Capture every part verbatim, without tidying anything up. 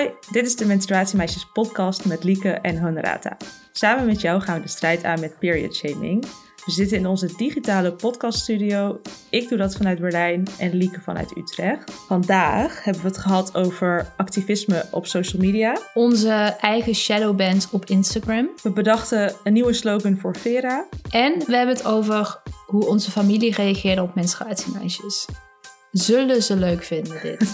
Hoi, dit is de Menstruatiemeisjes podcast met Lieke en Honorata. Samen met jou gaan we de strijd aan met period shaming. We zitten in onze digitale podcaststudio. Ik doe dat vanuit Berlijn en Lieke vanuit Utrecht. Vandaag hebben we het gehad over activisme op social media. Onze eigen shadowband op Instagram. We bedachten een nieuwe slogan voor Vera. En we hebben het over hoe onze familie reageerde op menstruatiemeisjes. Zullen ze leuk vinden dit?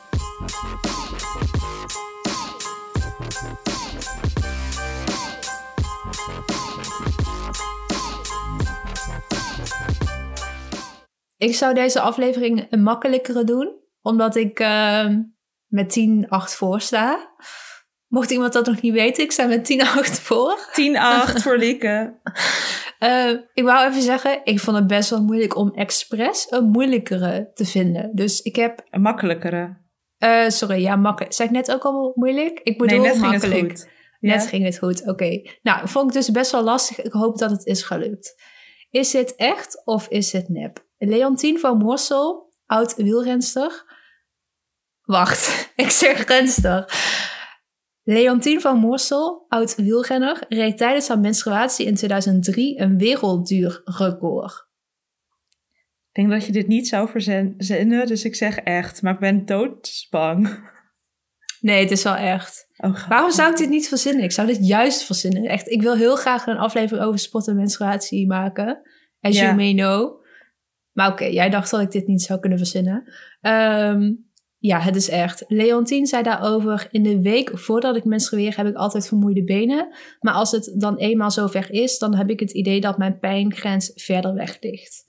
Ik zou deze aflevering een makkelijkere doen, omdat ik uh, met tien acht voor sta. Mocht iemand dat nog niet weten, ik sta met tien acht voor. tien acht voor Lieke. Uh, ik wou even zeggen, ik vond het best wel moeilijk om expres een moeilijkere te vinden. Dus ik heb... Een makkelijkere. Uh, sorry, ja, makkelijk. Zei ik net ook al moeilijk? Ik bedoel nee, net makkelijk. Ging het goed. Ja? Net ging het goed, oké. Okay. Nou, vond ik dus best wel lastig. Ik hoop dat het is gelukt. Is dit echt of is het nep? Leontien van Moorsel, oud wielrenster. Wacht, ik zeg renster. Leontien van Moorsel, oud wielrenner, reed tijdens haar menstruatie in tweeduizend drie een wereldduurrecord. Ik denk dat je dit niet zou verzinnen, dus ik zeg echt. Maar ik ben doodsbang. Nee, het is wel echt. Oh, Waarom zou ik dit niet verzinnen? Ik zou dit juist verzinnen. Echt, ik wil heel graag een aflevering over sport en menstruatie maken. As ja. you may know. Maar oké, okay, jij dacht dat ik dit niet zou kunnen verzinnen. Um, ja, het is echt. Leontien zei daarover: in de week voordat ik menstrueer heb ik altijd vermoeide benen. Maar als het dan eenmaal zover is, dan heb ik het idee dat mijn pijngrens verder weg ligt.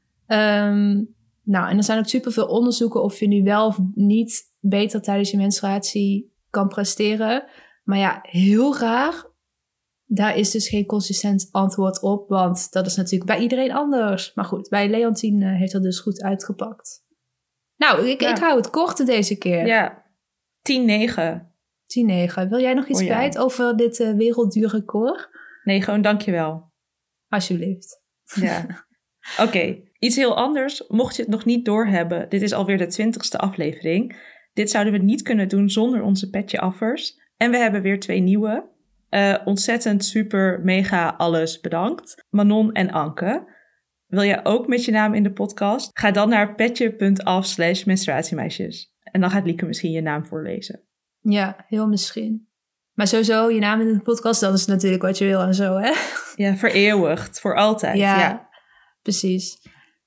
Um, nou, en er zijn ook superveel onderzoeken of je nu wel of niet beter tijdens je menstruatie kan presteren. Maar ja, heel raar. Daar is dus geen consistent antwoord op, want dat is natuurlijk bij iedereen anders. Maar goed, bij Leontien uh, heeft dat dus goed uitgepakt. Nou, ik, ja. ik hou het kort deze keer. Ja, tien negen. tien negen. Wil jij nog iets kwijt over dit uh, wereldduurrecord? Nee, gewoon dankjewel. Alsjeblieft. Ja. Oké, okay. Iets heel anders. Mocht je het nog niet doorhebben, dit is alweer de twintigste aflevering. Dit zouden we niet kunnen doen zonder onze petje affers. En we hebben weer twee nieuwe. Uh, ontzettend super, mega, alles bedankt. Manon en Anke. Wil jij ook met je naam in de podcast? Ga dan naar petje.af slash menstruatiemeisjes. En dan gaat Lieke misschien je naam voorlezen. Ja, heel misschien. Maar sowieso, je naam in de podcast, dat is natuurlijk wat je wil en zo, hè? Ja, vereeuwigd. Voor altijd. Ja, ja. precies.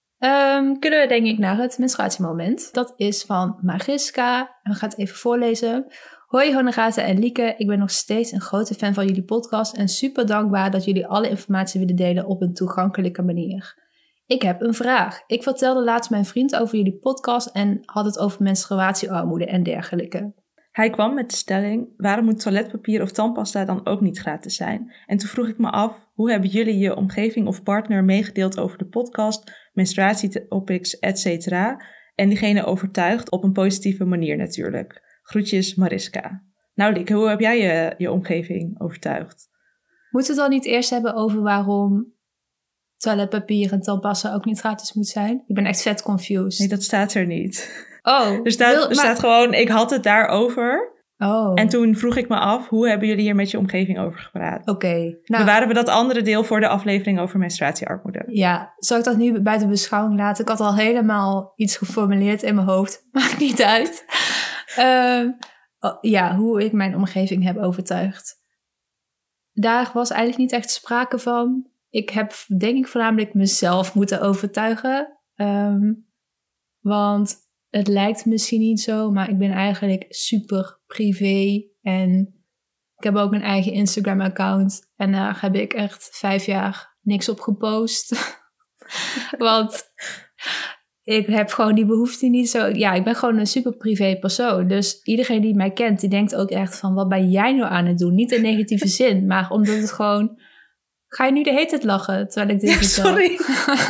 Um, kunnen we denk ik naar het menstruatiemoment. Dat is van Mariska. En we gaan het even voorlezen. Hoi Honorata en Lieke, ik ben nog steeds een grote fan van jullie podcast en super dankbaar dat jullie alle informatie willen delen op een toegankelijke manier. Ik heb een vraag. Ik vertelde laatst mijn vriend over jullie podcast en had het over menstruatiearmoede en dergelijke. Hij kwam met de stelling, waarom moet toiletpapier of tandpasta dan ook niet gratis zijn? En toen vroeg ik me af, hoe hebben jullie je omgeving of partner meegedeeld over de podcast, menstruatietopics, et cetera? En diegene overtuigd op een positieve manier natuurlijk. Groetjes, Mariska. Nou, Lieke, hoe heb jij je, je omgeving overtuigd? Moeten we het dan niet eerst hebben over waarom toiletpapier en tandpasta ook niet gratis moet zijn? Ik ben echt vet confused. Nee, dat staat er niet. Oh. Er staat, wil, er maar... staat gewoon, ik had het daarover. Oh. En toen vroeg ik me af, hoe hebben jullie hier met je omgeving over gepraat? Oké. Okay, nou, bewaren we dat andere deel voor de aflevering over menstruatiearmoede? Ja, zal ik dat nu buiten beschouwing laten? Ik had al helemaal iets geformuleerd in mijn hoofd. Maakt niet uit. Uh, oh, ja, hoe ik mijn omgeving heb overtuigd. Daar was eigenlijk niet echt sprake van. Ik heb denk ik voornamelijk mezelf moeten overtuigen. Um, want het lijkt misschien niet zo, maar ik ben eigenlijk super privé. En ik heb ook een eigen Instagram account. En daar heb ik echt vijf jaar niks op gepost. Want ik heb gewoon die behoefte niet zo... Ja, ik ben gewoon een super privé persoon. Dus iedereen die mij kent, die denkt ook echt van... wat ben jij nou aan het doen? Niet in negatieve zin, maar omdat het gewoon... Ga je nu de hele tijd lachen, terwijl ik dit ja, vertel? Sorry.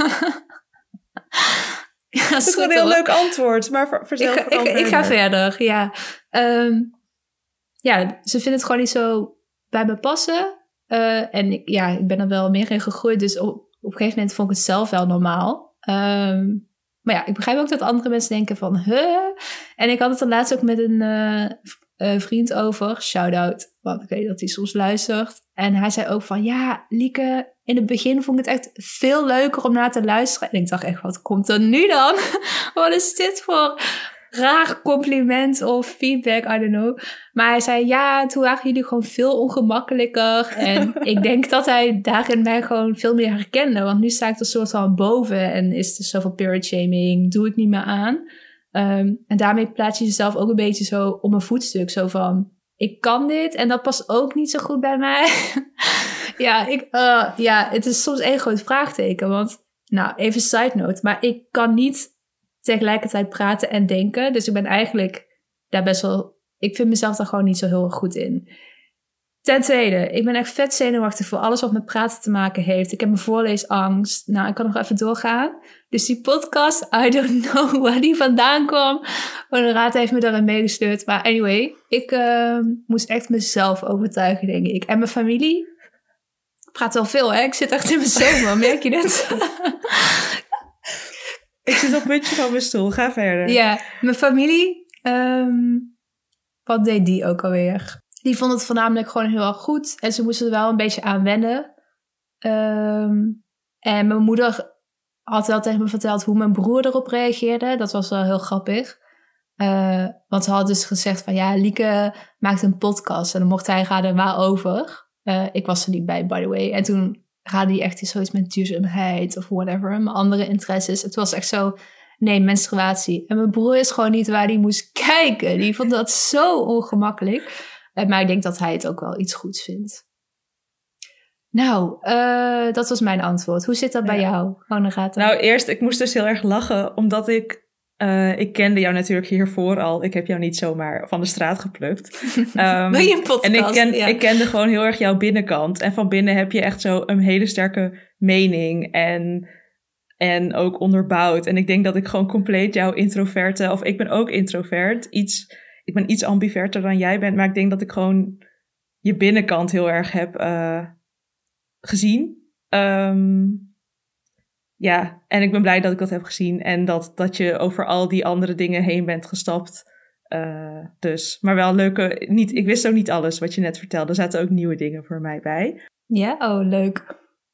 Ja, dat is een heel leuk antwoord, maar vertel ik, ik, ik ga verder, ja. Um, ja, ze vinden het gewoon niet zo bij me passen. Uh, en ik, ja, ik ben er wel meer in gegroeid, dus op, op een gegeven moment vond ik het zelf wel normaal. Um, maar ja, ik begrijp ook dat andere mensen denken van... Huh? En ik had het dan laatst ook met een, uh, uh, vriend over. Shout-out, want ik weet dat hij soms luistert. En hij zei ook van, ja, Lieke, in het begin vond ik het echt veel leuker om naar te luisteren. En ik dacht echt, wat komt er nu dan? Wat is dit voor raar compliment of feedback, I don't know. Maar hij zei, ja, toen waren jullie gewoon veel ongemakkelijker. En ik denk dat hij daarin mij gewoon veel meer herkende. Want nu sta ik er soort van boven en is er zoveel period shaming, doe ik niet meer aan. Um, en daarmee plaats je jezelf ook een beetje zo op een voetstuk. Zo van, ik kan dit en dat past ook niet zo goed bij mij. ja, ik, uh, ja, het is soms één groot vraagteken. Want, nou, even side note, maar ik kan niet tegelijkertijd praten en denken. Dus ik ben eigenlijk daar best wel... Ik vind mezelf daar gewoon niet zo heel erg goed in. Ten tweede, ik ben echt vet zenuwachtig voor alles wat met praten te maken heeft. Ik heb mijn voorleesangst. Nou, ik kan nog even doorgaan. Dus die podcast, I don't know waar die vandaan kwam. Maar de raad heeft me daarin meegestuurd. Maar anyway, ik uh, moest echt mezelf overtuigen, denk ik. En mijn familie praat wel veel, hè? Ik zit echt in mijn zomer, merk je dat? Ik zit op het puntje van mijn stoel, ga verder. Ja, mijn familie, um, wat deed die ook alweer? Die vond het voornamelijk gewoon heel erg goed. En ze moesten er wel een beetje aan wennen. Um, en mijn moeder had wel tegen me verteld hoe mijn broer erop reageerde. Dat was wel heel grappig. Uh, want ze had dus gezegd van, ja, Lieke maakt een podcast. En dan mocht hij raden waarover. Uh, ik was er niet bij, by the way. En toen raadde hij echt zoiets met duurzaamheid of whatever. Mijn andere interesses. Het was echt zo, nee, menstruatie. En mijn broer is gewoon niet waar hij moest kijken. Die vond dat zo ongemakkelijk. Maar ik denk dat hij het ook wel iets goeds vindt. Nou, uh, dat was mijn antwoord. Hoe zit dat ja. bij jou, Honorata? Nou, eerst, ik moest dus heel erg lachen, omdat ik... Uh, ik kende jou natuurlijk hiervoor al. Ik heb jou niet zomaar van de straat geplukt. Um, Wil je een podcast? En ik, ken, ja. ik kende gewoon heel erg jouw binnenkant. En van binnen heb je echt zo een hele sterke mening. En, en ook onderbouwd. En ik denk dat ik gewoon compleet jouw introverte... Of ik ben ook introvert. Iets, ik ben iets ambiverter dan jij bent. Maar ik denk dat ik gewoon je binnenkant heel erg heb uh, gezien. Um, Ja, en ik ben blij dat ik dat heb gezien. En dat, dat je over al die andere dingen heen bent gestapt. Uh, dus, maar wel leuke... Niet, ik wist ook niet alles wat je net vertelde. Er zaten ook nieuwe dingen voor mij bij. Ja, oh, leuk.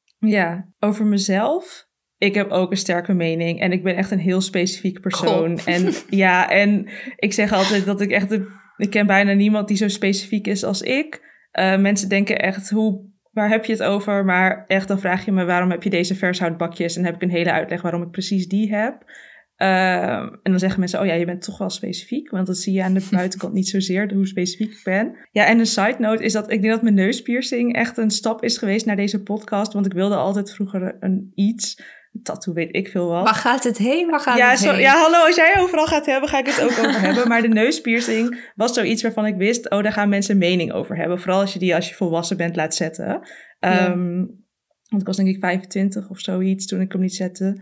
Ja, over mezelf. Ik heb ook een sterke mening. En ik ben echt een heel specifiek persoon. Goh. En ja, en ik zeg altijd dat ik echt... De, ik ken bijna niemand die zo specifiek is als ik. Uh, mensen denken echt, hoe... Waar heb je het over? Maar echt, dan vraag je me, waarom heb je deze vershoutbakjes? En dan heb ik een hele uitleg waarom ik precies die heb. Uh, en dan zeggen mensen, oh ja, je bent toch wel specifiek. Want dat zie je aan de buitenkant niet zozeer, hoe specifiek ik ben. Ja, en een side note is dat ik denk dat mijn neuspiercing echt een stap is geweest naar deze podcast. Want ik wilde altijd vroeger een iets... Tattoo weet ik veel wat. Waar gaat het heen? Waar gaat ja, het zo, heen? Ja, hallo, als jij overal gaat hebben, ga ik het ook over hebben. Maar de neuspiercing was zoiets waarvan ik wist... oh, daar gaan mensen mening over hebben. Vooral als je die als je volwassen bent laat zetten. Um, ja. Want ik was denk ik vijfentwintig of zoiets toen ik hem niet zette.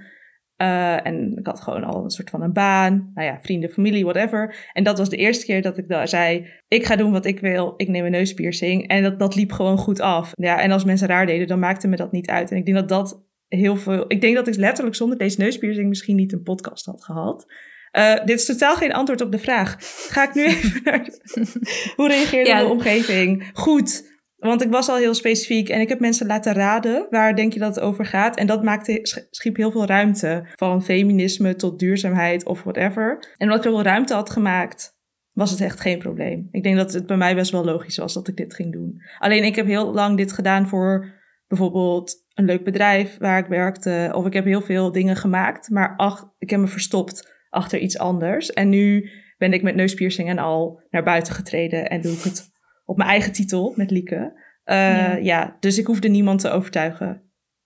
Uh, en ik had gewoon al een soort van een baan. Nou ja, vrienden, familie, whatever. En dat was de eerste keer dat ik daar zei... ik ga doen wat ik wil, ik neem een neuspiercing. En dat, dat liep gewoon goed af. Ja, en als mensen raar deden, dan maakte me dat niet uit. En ik denk dat dat... Heel veel. Ik denk dat ik letterlijk zonder deze neuspiercing misschien niet een podcast had gehad. Uh, dit is totaal geen antwoord op de vraag. Ga ik nu even naar... De... Hoe reageerde ja. de omgeving? Goed, want ik was al heel specifiek en ik heb mensen laten raden. Waar denk je dat het over gaat? En dat maakte, schiep heel veel ruimte. Van feminisme tot duurzaamheid of whatever. En omdat ik er wel ruimte had gemaakt, was het echt geen probleem. Ik denk dat het bij mij best wel logisch was dat ik dit ging doen. Alleen ik heb heel lang dit gedaan voor bijvoorbeeld... een leuk bedrijf waar ik werkte. Of ik heb heel veel dingen gemaakt. Maar ach, ik heb me verstopt achter iets anders. En nu ben ik met neuspiercing en al naar buiten getreden. En doe ik het op mijn eigen titel met Lieke. Uh, ja. ja, dus ik hoefde niemand te overtuigen.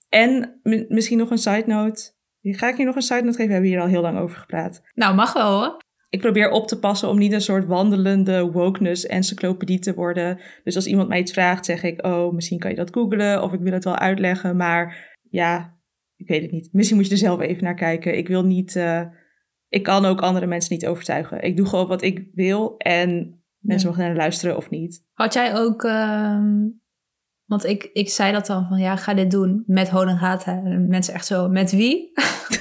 En m- misschien nog een side note. Ga ik hier nog een side note geven? We hebben hier al heel lang over gepraat. Nou, mag wel hoor. Ik probeer op te passen om niet een soort wandelende wokeness-encyclopedie te worden. Dus als iemand mij iets vraagt, zeg ik... oh, misschien kan je dat googlen of ik wil het wel uitleggen. Maar ja, ik weet het niet. Misschien moet je er zelf even naar kijken. Ik wil niet... Uh, ik kan ook andere mensen niet overtuigen. Ik doe gewoon wat ik wil en mensen ja. mogen naar luisteren of niet. Had jij ook... Um, want ik, ik zei dat dan van... ja, ga dit doen met Honorata. En mensen echt zo, met wie?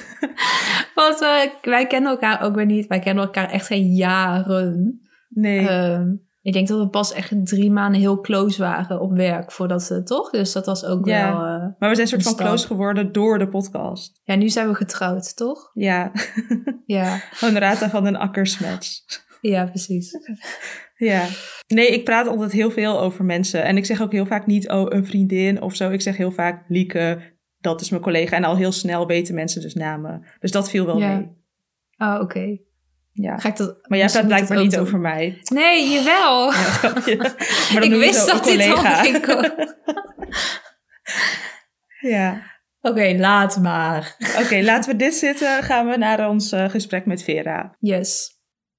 Want uh, wij kennen elkaar ook weer niet. Wij kennen elkaar echt geen jaren. Nee. Um, Ik denk dat we pas echt drie maanden heel close waren op werk voordat we, toch? Dus dat was ook ja, wel... Uh, maar we zijn soort van close geworden door de podcast. Ja, nu zijn we getrouwd, toch? Ja. Ja. Honorata van den Akkersmatch. Ja, precies. Ja. Nee, ik praat altijd heel veel over mensen. En ik zeg ook heel vaak niet, oh, een vriendin of zo. Ik zeg heel vaak, Lieke, dat is mijn collega. En al heel snel weten mensen dus namen. Dus dat viel wel ja. mee. Oh, oké. Okay. Ja. Ga ik dat, maar jij praat blijkbaar niet doen. over mij. Nee, jawel. Ja, maar ik wist dat dit al ging komen. Ja. Oké, okay, laat maar. Oké, okay, laten we dit zitten. Gaan we naar ons uh, gesprek met Vera. Yes.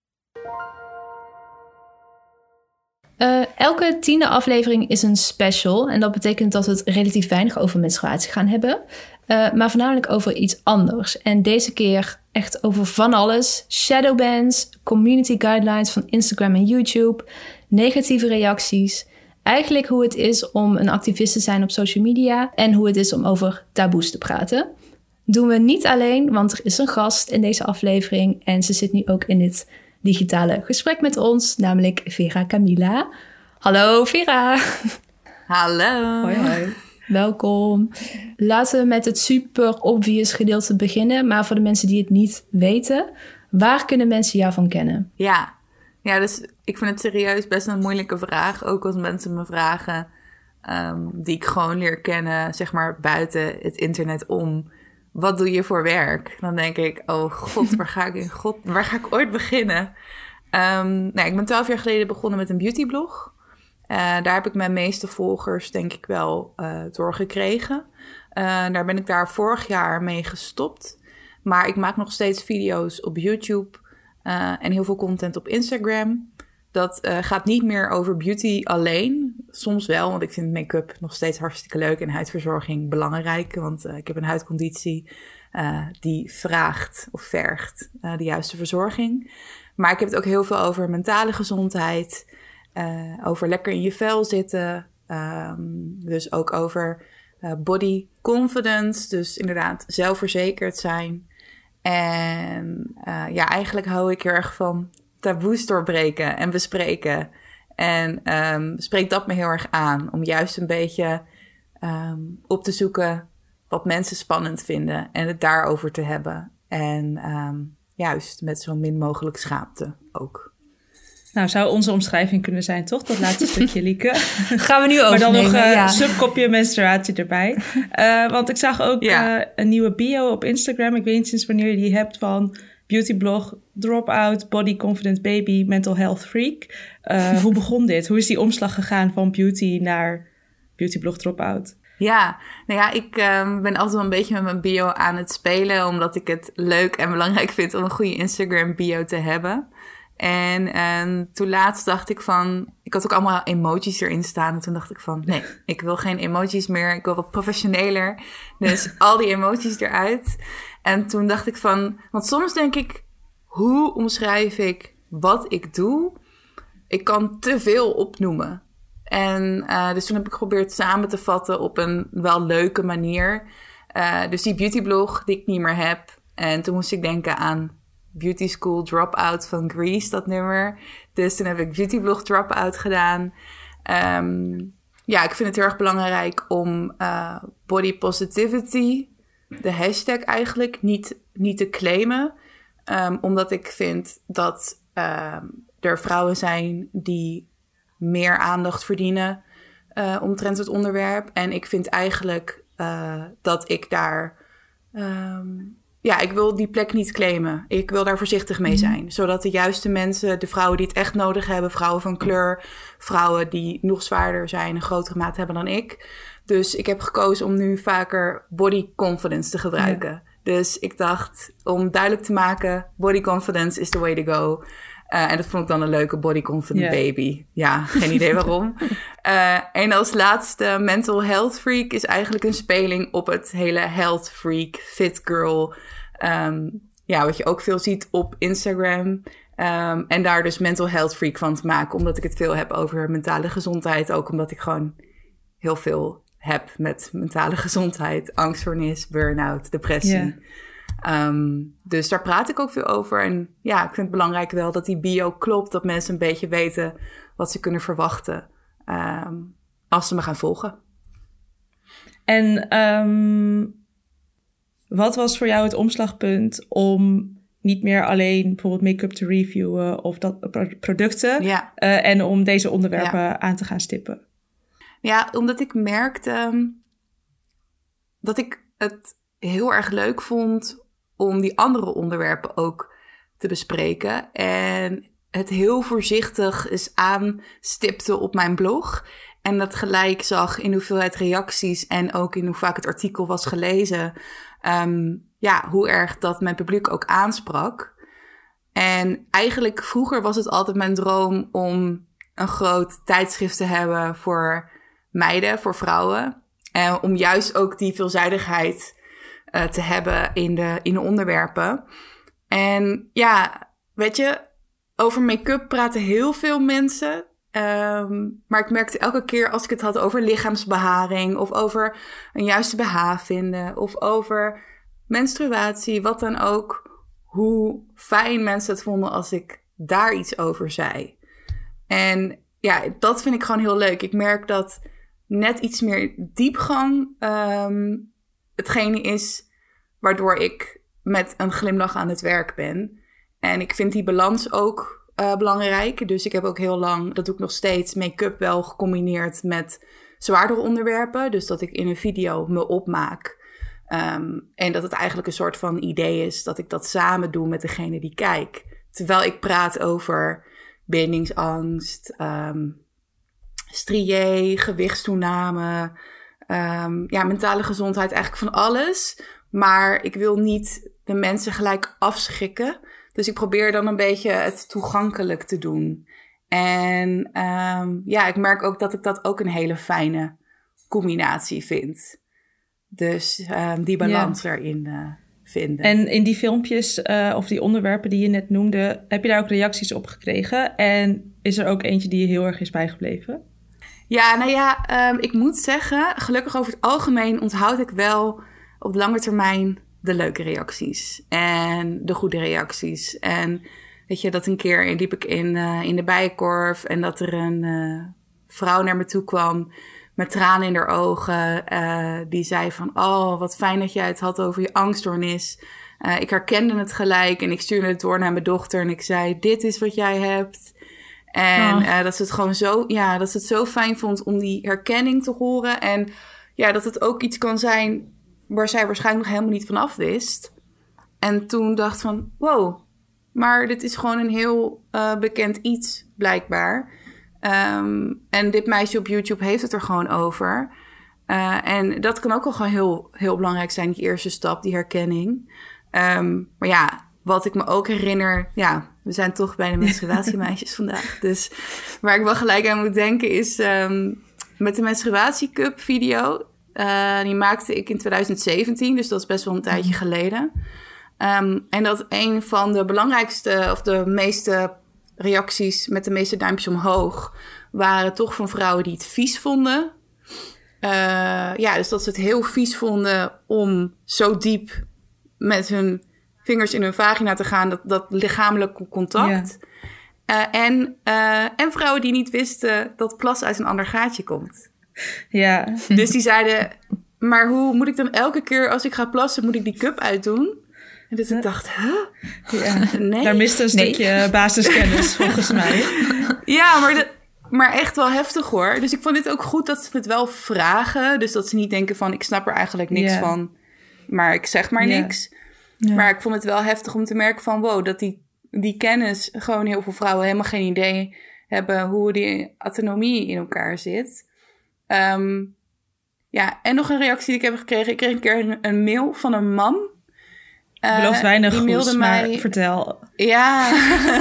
Uh, elke tiende aflevering is een special. En dat betekent dat we het relatief weinig over menstruatie gaan hebben. Uh, maar voornamelijk over iets anders. En deze keer echt over van alles. Shadowbans, community guidelines van Instagram en YouTube. Negatieve reacties. Eigenlijk hoe het is om een activist te zijn op social media. En hoe het is om over taboes te praten. Doen we niet alleen, want er is een gast in deze aflevering. En ze zit nu ook in dit digitale gesprek met ons. Namelijk Vera Camilla. Hallo Vera. Hallo. Hoi hoi. Welkom. Laten we met het super obvious gedeelte beginnen. Maar voor de mensen die het niet weten, waar kunnen mensen jou van kennen? Ja, ja dus ik vind het serieus best een moeilijke vraag. Ook als mensen me vragen um, die ik gewoon leer kennen, zeg maar buiten het internet om. Wat doe je voor werk? Dan denk ik, oh god, waar ga ik, in god, waar ga ik ooit beginnen? Um, nou, ik ben twaalf jaar geleden begonnen met een beautyblog. Uh, daar heb ik mijn meeste volgers denk ik wel uh, doorgekregen. Uh, daar ben ik daar vorig jaar mee gestopt. Maar ik maak nog steeds video's op YouTube uh, en heel veel content op Instagram. Dat uh, gaat niet meer over beauty alleen. Soms wel, want ik vind make-up nog steeds hartstikke leuk en huidverzorging belangrijk. Want uh, ik heb een huidconditie uh, die vraagt of vergt uh, de juiste verzorging. Maar ik heb het ook heel veel over mentale gezondheid. Uh, over lekker in je vel zitten. Um, dus ook over uh, body confidence. Dus inderdaad zelfverzekerd zijn. En uh, ja, eigenlijk hou ik heel erg van taboes doorbreken en bespreken. En um, spreekt dat me heel erg aan. Om juist een beetje um, op te zoeken wat mensen spannend vinden. En het daarover te hebben. En um, juist met zo min mogelijk schaamte ook. Nou, zou onze omschrijving kunnen zijn, toch? Dat laatste stukje, Lieke. Gaan we nu over. Maar dan nog een uh, ja. subkopje menstruatie erbij. Uh, want ik zag ook ja. uh, een nieuwe bio op Instagram. Ik weet niet sinds wanneer je die hebt van beautyblog, Dropout, Body Confident Baby, Mental Health Freak. Uh, hoe begon dit? Hoe is die omslag gegaan van beauty naar beautyblog Dropout? Ja, nou ja, ik um, ben altijd wel een beetje met mijn bio aan het spelen, omdat ik het leuk en belangrijk vind om een goede Instagram bio te hebben. En, en toen laatst dacht ik van, ik had ook allemaal emojis erin staan. En toen dacht ik van, nee, ik wil geen emojis meer. Ik wil wat professioneler. Dus al die emojis eruit. En toen dacht ik van, want soms denk ik, hoe omschrijf ik wat ik doe? Ik kan te veel opnoemen. En uh, dus toen heb ik geprobeerd samen te vatten op een wel leuke manier. Uh, dus die beautyblog die ik niet meer heb. En toen moest ik denken aan Beauty School Dropout van Grease, dat nummer. Dus toen heb ik Beautyblog Dropout gedaan. Um, ja, ik vind het heel erg belangrijk om uh, body positivity, de hashtag eigenlijk, niet, niet te claimen. Um, omdat ik vind dat uh, er vrouwen zijn die meer aandacht verdienen uh, omtrent het onderwerp. En ik vind eigenlijk uh, dat ik daar Um, Ja, ik wil die plek niet claimen. Ik wil daar voorzichtig mee zijn. Mm. Zodat de juiste mensen, de vrouwen die het echt nodig hebben, vrouwen van kleur, vrouwen die nog zwaarder zijn, een grotere maat hebben dan ik. Dus ik heb gekozen om nu vaker body confidence te gebruiken. Ja. Dus ik dacht, om duidelijk te maken, body confidence is the way to go. Uh, en dat vond ik dan een leuke body confident yeah. baby. Ja, geen idee waarom. Uh, en als laatste, mental health freak is eigenlijk een speling op het hele health freak, fit girl. Um, ja, wat je ook veel ziet op Instagram. Um, en daar dus mental health freak van te maken. Omdat ik het veel heb over mentale gezondheid. Ook omdat ik gewoon heel veel heb met mentale gezondheid. Angststoornis, burn-out, depressie. Um, dus daar praat ik ook veel over. En ja, ik vind het belangrijk wel dat die bio klopt. Dat mensen een beetje weten wat ze kunnen verwachten um, als ze me gaan volgen. En um, wat was voor jou het omslagpunt om niet meer alleen bijvoorbeeld make-up te reviewen of dat, producten ja. uh, en om deze onderwerpen ja. aan te gaan stippen? Ja, omdat ik merkte dat ik het heel erg leuk vond om die andere onderwerpen ook te bespreken. En het heel voorzichtig eens aanstipte op mijn blog. En dat gelijk zag in hoeveelheid reacties en ook in hoe vaak het artikel was gelezen. Um, ja, hoe erg dat mijn publiek ook aansprak. En eigenlijk vroeger was het altijd mijn droom om een groot tijdschrift te hebben voor meiden, voor vrouwen. En om juist ook die veelzijdigheid uh, te hebben in de, in de onderwerpen. En ja, weet je, over make-up praten heel veel mensen. Um, maar ik merkte elke keer als ik het had over lichaamsbeharing of over een juiste B H vinden of over menstruatie, wat dan ook, hoe fijn mensen het vonden als ik daar iets over zei. En ja, dat vind ik gewoon heel leuk. Ik merk dat net iets meer diepgang um, hetgene is waardoor ik met een glimlach aan het werk ben. En ik vind die balans ook Uh, belangrijk. Dus ik heb ook heel lang, dat doe ik nog steeds, make-up wel gecombineerd met zwaardere onderwerpen. Dus dat ik in een video me opmaak. Um, en dat het eigenlijk een soort van idee is dat ik dat samen doe met degene die kijkt. Terwijl ik praat over bindingsangst, um, strié, gewichtstoename, um, ja, mentale gezondheid, eigenlijk van alles. Maar ik wil niet de mensen gelijk afschrikken. Dus ik probeer dan een beetje het toegankelijk te doen. En um, ja, ik merk ook dat ik dat ook een hele fijne combinatie vind. Dus um, die balans ja. erin uh, vinden. En in die filmpjes uh, of die onderwerpen die je net noemde, heb je daar ook reacties op gekregen? En is er ook eentje die je heel erg is bijgebleven? Ja, nou ja, um, ik moet zeggen, gelukkig over het algemeen onthoud ik wel op lange termijn de leuke reacties en de goede reacties. En weet je, dat een keer liep ik in, uh, in de Bijenkorf en dat er een uh, vrouw naar me toe kwam met tranen in haar ogen. Uh, die zei van, oh, wat fijn dat jij het had over je angststoornis. Uh, ik herkende het gelijk en ik stuurde het door naar mijn dochter en ik zei, dit is wat jij hebt. En oh. uh, dat ze het gewoon zo, ja, dat ze het zo fijn vond om die herkenning te horen. En ja, dat het ook iets kan zijn waar zij waarschijnlijk nog helemaal niet van af wist. En toen dacht van, wow, maar dit is gewoon een heel uh, bekend iets, blijkbaar. Um, en dit meisje op YouTube heeft het er gewoon over. Uh, en dat kan ook al gewoon heel, heel belangrijk zijn, die eerste stap, die herkenning. Um, maar ja, wat ik me ook herinner, ja, we zijn toch bij de menstruatiemeisjes vandaag. Dus waar ik wel gelijk aan moet denken is um, met de menstruatiecup video. Uh, die maakte ik in twintig zeventien, dus dat is best wel een tijdje geleden. Um, en dat een van de belangrijkste of de meeste reacties met de meeste duimpjes omhoog waren toch van vrouwen die het vies vonden. Uh, ja, dus dat ze het heel vies vonden om zo diep met hun vingers in hun vagina te gaan, dat, dat lichamelijk contact. Ja. Uh, en, uh, en vrouwen die niet wisten dat plas uit een ander gaatje komt. Ja. Dus die zeiden, maar hoe moet ik dan elke keer als ik ga plassen, moet ik die cup uitdoen? En dus ik dacht, huh? Ja. Nee. Daar miste een nee. stukje basiskennis volgens mij. Ja, maar, de, maar echt wel heftig hoor. Dus ik vond het ook goed dat ze het wel vragen. Dus dat ze niet denken van, ik snap er eigenlijk niks yeah. van, maar ik zeg maar yeah. niks. Yeah. Maar ik vond het wel heftig om te merken van, wow, dat die, die kennis, gewoon heel veel vrouwen helemaal geen idee hebben hoe die autonomie in elkaar zit. Um, ja, en nog een reactie die ik heb gekregen. Ik kreeg een keer een, een mail van een man. Uh, ik beloof weinig die goeds, mij, maar vertel. Ja,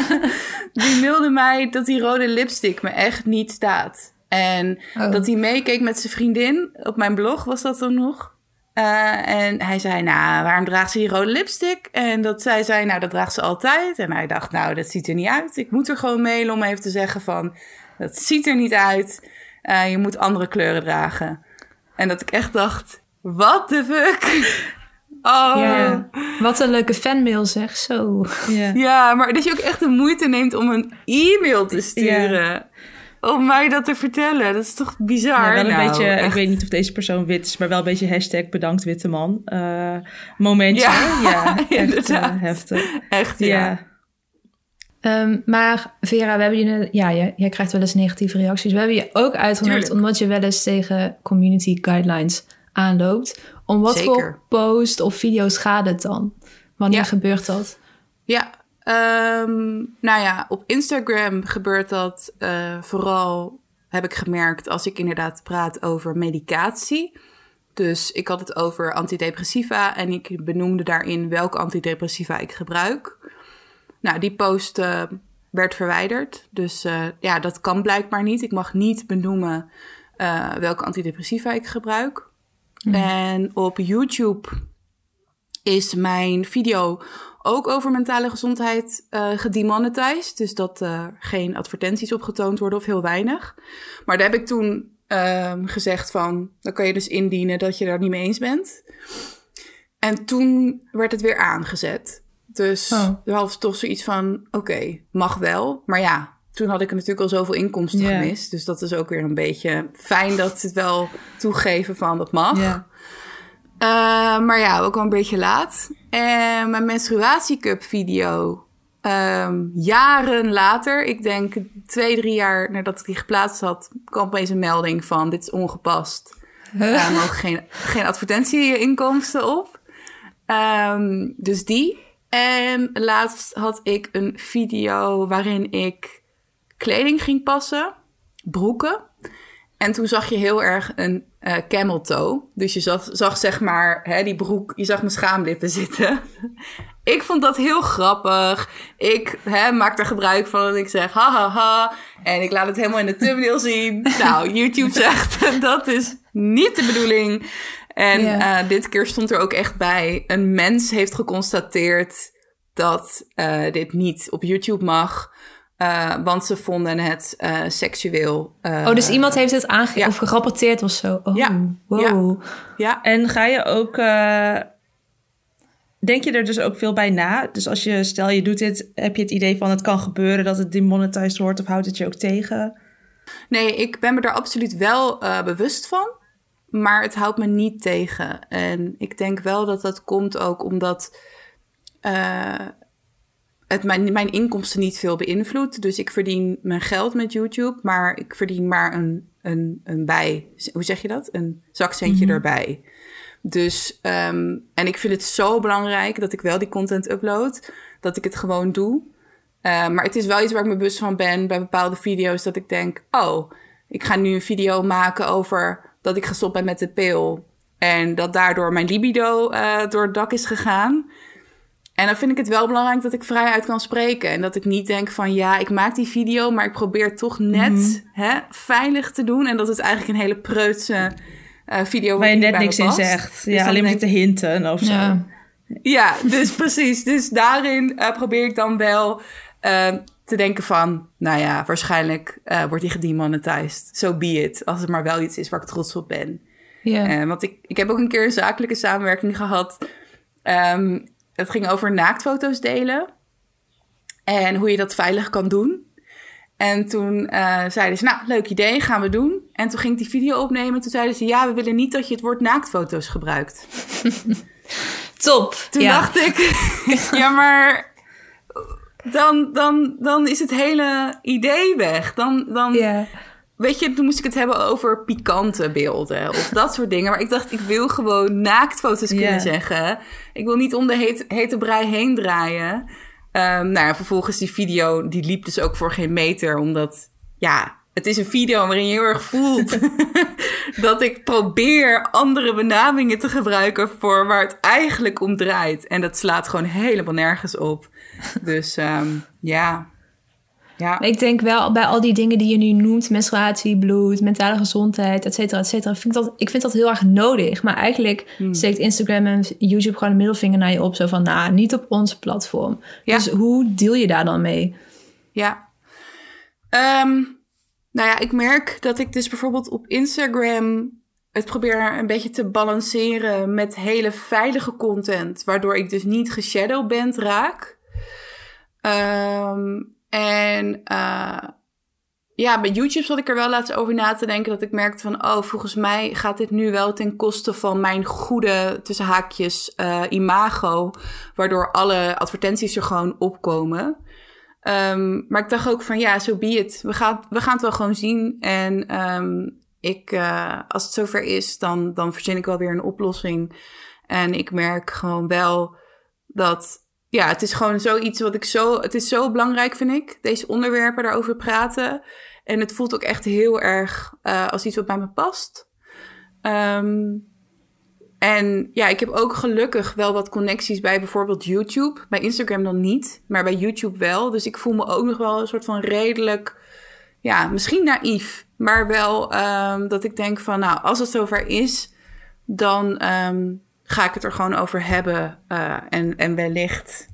die mailde mij dat die rode lipstick me echt niet staat. En oh. dat hij meekeek met zijn vriendin. Op mijn blog was dat dan nog. Uh, en hij zei, nou, waarom draagt ze die rode lipstick? En dat zij zei, nou, dat draagt ze altijd. En hij dacht, nou, dat ziet er niet uit. Ik moet er gewoon mailen om even te zeggen van, dat ziet er niet uit. Uh, je moet andere kleuren dragen. En dat ik echt dacht, what the fuck? Oh. Ja. Wat een leuke fanmail zeg, zo. Ja. Ja, maar dat je ook echt de moeite neemt om een e-mail te sturen. Ja. Om mij dat te vertellen. Dat is toch bizar? Ja, wel een nou, beetje, echt. ik weet niet of deze persoon wit is, maar wel een beetje hashtag bedankt witte man. Uh, momentje. Ja, ja echt uh, heftig. Echt, ja. ja. Um, maar Vera, we hebben je, ja, jij, jij krijgt wel eens negatieve reacties. We hebben je ook uitgenodigd Tuurlijk. omdat je wel eens tegen community guidelines aanloopt. Om wat Zeker. voor post of video's gaat het dan? Wanneer ja. gebeurt dat? Ja, um, nou ja, op Instagram gebeurt dat uh, vooral, heb ik gemerkt, als ik inderdaad praat over medicatie. Dus ik had het over antidepressiva en ik benoemde daarin welke antidepressiva ik gebruik. Nou, die post uh, werd verwijderd. Dus uh, ja, dat kan blijkbaar niet. Ik mag niet benoemen uh, welke antidepressiva ik gebruik. Mm. En op YouTube is mijn video ook over mentale gezondheid uh, gedemonetized. Dus dat er uh, geen advertenties op getoond worden of heel weinig. Maar daar heb ik toen uh, gezegd van, dan kan je dus indienen dat je daar niet mee eens bent. En toen werd het weer aangezet. Dus oh. er was toch zoiets van, oké, okay, mag wel. Maar ja, toen had ik natuurlijk al zoveel inkomsten yeah. gemist. Dus dat is ook weer een beetje fijn dat ze het wel toegeven van dat mag. Yeah. Uh, maar ja, ook wel een beetje laat. En mijn menstruatiecup video, um, jaren later, ik denk twee, drie jaar nadat ik die geplaatst had, kwam opeens een melding van, dit is ongepast. Huh? Daar mogen geen, geen advertentieinkomsten op. Um, dus die. En laatst had ik een video waarin ik kleding ging passen, broeken. En toen zag je heel erg een uh, camel toe. Dus je zag, zag zeg maar, hè, die broek, je zag mijn schaamlippen zitten. Ik vond dat heel grappig. Ik hè, maak daar gebruik van en ik zeg ha ha ha. En ik laat het helemaal in de thumbnail zien. Nou, YouTube zegt dat is niet de bedoeling. En yeah. uh, dit keer stond er ook echt bij, een mens heeft geconstateerd dat uh, dit niet op YouTube mag. Uh, want ze vonden het uh, seksueel. Uh, oh, dus iemand heeft het aange- ja. of gerapporteerd of zo? Oh, ja. Wow. Ja. ja. En ga je ook... Uh, denk je er dus ook veel bij na? Dus als je, stel je doet dit, heb je het idee van het kan gebeuren dat het demonetized wordt of houdt het je ook tegen? Nee, ik ben me daar absoluut wel uh, bewust van. Maar het houdt me niet tegen. En ik denk wel dat dat komt ook omdat uh, het mijn, mijn inkomsten niet veel beïnvloedt. Dus ik verdien mijn geld met YouTube, maar ik verdien maar een, een, een bij... Hoe zeg je dat? Een zakcentje mm-hmm. erbij. Dus, um, en ik vind het zo belangrijk dat ik wel die content upload, dat ik het gewoon doe. Uh, maar het is wel iets waar ik me bewust van ben bij bepaalde video's, dat ik denk, oh, ik ga nu een video maken over dat ik gestopt ben met de pil en dat daardoor mijn libido uh, door het dak is gegaan. En dan vind ik het wel belangrijk dat ik vrij uit kan spreken. En dat ik niet denk van, ja, ik maak die video, maar ik probeer het toch net mm-hmm. hè, veilig te doen. En dat het eigenlijk een hele preutse uh, video waar je net niks in zegt. Dus ja, alleen maar te hinten of zo. Ja, ja dus precies. Dus daarin uh, probeer ik dan wel uh, te denken van, nou ja, waarschijnlijk uh, wordt die gedemonetized. So be it. Als het maar wel iets is waar ik trots op ben. Yeah. Uh, want ik, ik heb ook een keer een zakelijke samenwerking gehad. Um, Het ging over naaktfoto's delen en hoe je dat veilig kan doen. En toen uh, zeiden ze, nou, leuk idee, gaan we doen. En toen ging ik die video opnemen. Toen zeiden ze, ja, we willen niet dat je het woord naaktfoto's gebruikt. Top. Toen ja. dacht ik, ja, maar dan, dan, dan is het hele idee weg. Dan, dan yeah. Weet je, toen moest ik het hebben over pikante beelden of dat soort dingen. Maar ik dacht, ik wil gewoon naaktfoto's kunnen yeah. zeggen. Ik wil niet om de hete, hete brei heen draaien. Um, nou ja, vervolgens die video, die liep dus ook voor geen meter. Omdat, ja, het is een video waarin je heel erg voelt dat ik probeer andere benamingen te gebruiken voor waar het eigenlijk om draait. En dat slaat gewoon helemaal nergens op. Dus um, ja... Ja. Ik denk wel bij al die dingen die je nu noemt, menstruatie, bloed, mentale gezondheid, et cetera, et cetera. Vind ik, dat, ik vind dat heel erg nodig. Maar eigenlijk hmm. steekt Instagram en YouTube gewoon een middelvinger naar je op. Zo van, nou, niet op ons platform. Ja. Dus hoe deal je daar dan mee? Ja. Um, nou ja, ik merk dat ik dus bijvoorbeeld op Instagram het probeer een beetje te balanceren met hele veilige content, waardoor ik dus niet geshadowband raak. Um, en uh, ja, bij YouTube zat ik er wel laatst over na te denken, dat ik merkte van, oh, volgens mij gaat dit nu wel ten koste van mijn goede, tussen haakjes, uh, imago, waardoor alle advertenties er gewoon opkomen. Um, maar ik dacht ook van, ja, so be it. We gaan, we gaan het wel gewoon zien. En um, ik, uh, als het zover is, dan, dan verzin ik wel weer een oplossing. En ik merk gewoon wel dat, ja, het is gewoon zoiets wat ik zo, het is zo belangrijk, vind ik, deze onderwerpen daarover praten. En het voelt ook echt heel erg uh, als iets wat bij me past. Um, En ja, ik heb ook gelukkig wel wat connecties bij bijvoorbeeld YouTube. Bij Instagram dan niet, maar bij YouTube wel. Dus ik voel me ook nog wel een soort van redelijk, ja, misschien naïef. Maar wel um, dat ik denk van, nou, als het zover is, dan um, ga ik het er gewoon over hebben. Uh, en, en wellicht.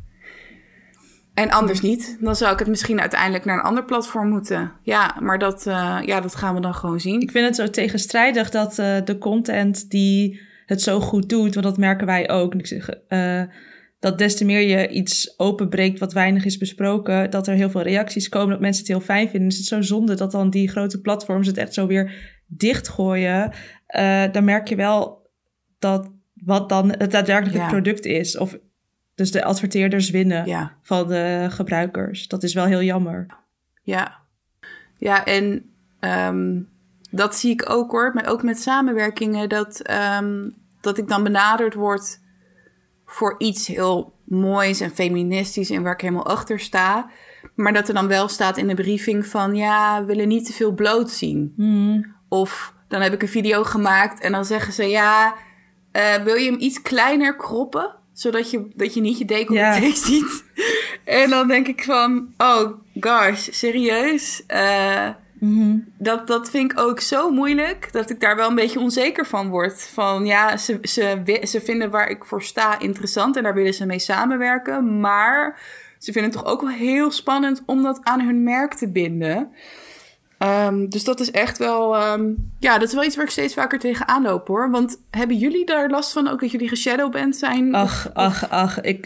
En anders niet. Dan zou ik het misschien uiteindelijk naar een ander platform moeten. Ja, maar dat, uh, ja, dat gaan we dan gewoon zien. Ik vind het zo tegenstrijdig dat uh, de content die het zo goed doet, want dat merken wij ook. Ik zeg, uh, dat des te meer je iets openbreekt wat weinig is besproken, dat er heel veel reacties komen, dat mensen het heel fijn vinden. Dus het is zo zonde dat dan die grote platforms het echt zo weer dichtgooien. Uh, dan merk je wel dat wat dan het daadwerkelijke ja. product is. Of dus de adverteerders winnen ja. van de gebruikers. Dat is wel heel jammer. Ja, ja en um, dat zie ik ook hoor. Maar ook met samenwerkingen. Dat, um, dat ik dan benaderd word voor iets heel moois en feministisch. En waar ik helemaal achter sta. Maar dat er dan wel staat in de briefing van, ja, we willen niet te veel bloot zien. Mm. Of dan heb ik een video gemaakt en dan zeggen ze, ja, uh, wil je hem iets kleiner kroppen? Zodat je, dat je niet je decolleté yeah. ziet. En dan denk ik van, oh gosh, serieus? Uh, mm-hmm. dat, dat vind ik ook zo moeilijk, dat ik daar wel een beetje onzeker van word. Van ja, ze, ze, ze vinden waar ik voor sta interessant en daar willen ze mee samenwerken. Maar ze vinden het toch ook wel heel spannend om dat aan hun merk te binden. Um, dus dat is echt wel, um, ja, dat is wel iets waar ik steeds vaker tegenaan loop hoor. Want hebben jullie daar last van, ook dat jullie geshadowband zijn? Ach, ach, ach, ik...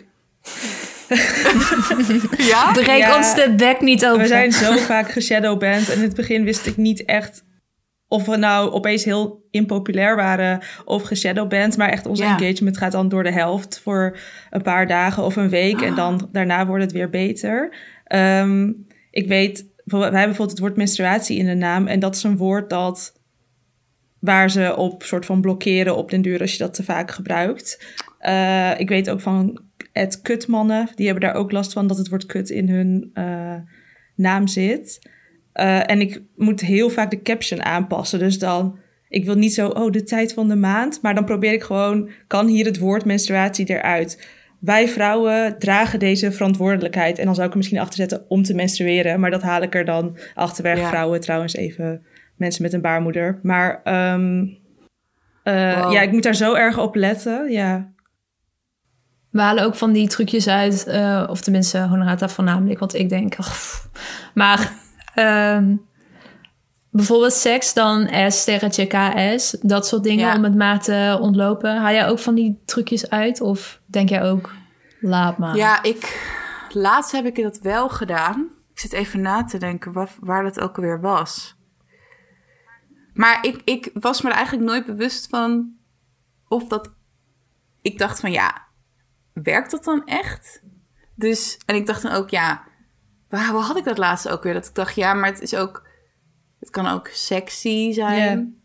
ja? Breek ja, ons de bek niet open. We zijn zo vaak geshadowband. En in het begin wist ik niet echt of we nou opeens heel impopulair waren of geshadowband. Maar echt onze ja. engagement gaat dan door de helft voor een paar dagen of een week. Ah. En dan daarna wordt het weer beter. Um, ik weet... Wij hebben bijvoorbeeld het woord menstruatie in de naam. En dat is een woord dat waar ze op soort van blokkeren op den duur als je dat te vaak gebruikt. Uh, ik weet ook van het kutmannen. Die hebben daar ook last van dat het woord kut in hun uh, naam zit. Uh, en ik moet heel vaak de caption aanpassen. Dus dan, ik wil niet zo, oh, de tijd van de maand. Maar dan probeer ik gewoon, kan hier het woord menstruatie eruit? Wij vrouwen dragen deze verantwoordelijkheid. En dan zou ik er misschien achter zetten om te menstrueren. Maar dat haal ik er dan achterweg. Ja. Vrouwen trouwens even, mensen met een baarmoeder. Maar um, uh, wow. ja, ik moet daar zo erg op letten. Ja. We halen ook van die trucjes uit. Uh, of tenminste, Honorata voornamelijk. Want ik denk, oh, maar um, bijvoorbeeld seks dan S, sterretje, K S. Dat soort dingen ja. om het maar te ontlopen. Haal jij ook van die trucjes uit? Of denk jij ook, laat maar? Ja, ik... Laatst heb ik dat wel gedaan. Ik zit even na te denken waar, waar dat ook alweer was. Maar ik, ik was me er eigenlijk nooit bewust van of dat... Ik dacht van ja, werkt dat dan echt? Dus, en ik dacht dan ook ja, waar, waar had ik dat laatst ook weer? Dat ik dacht ja, maar het is ook... Het kan ook sexy zijn.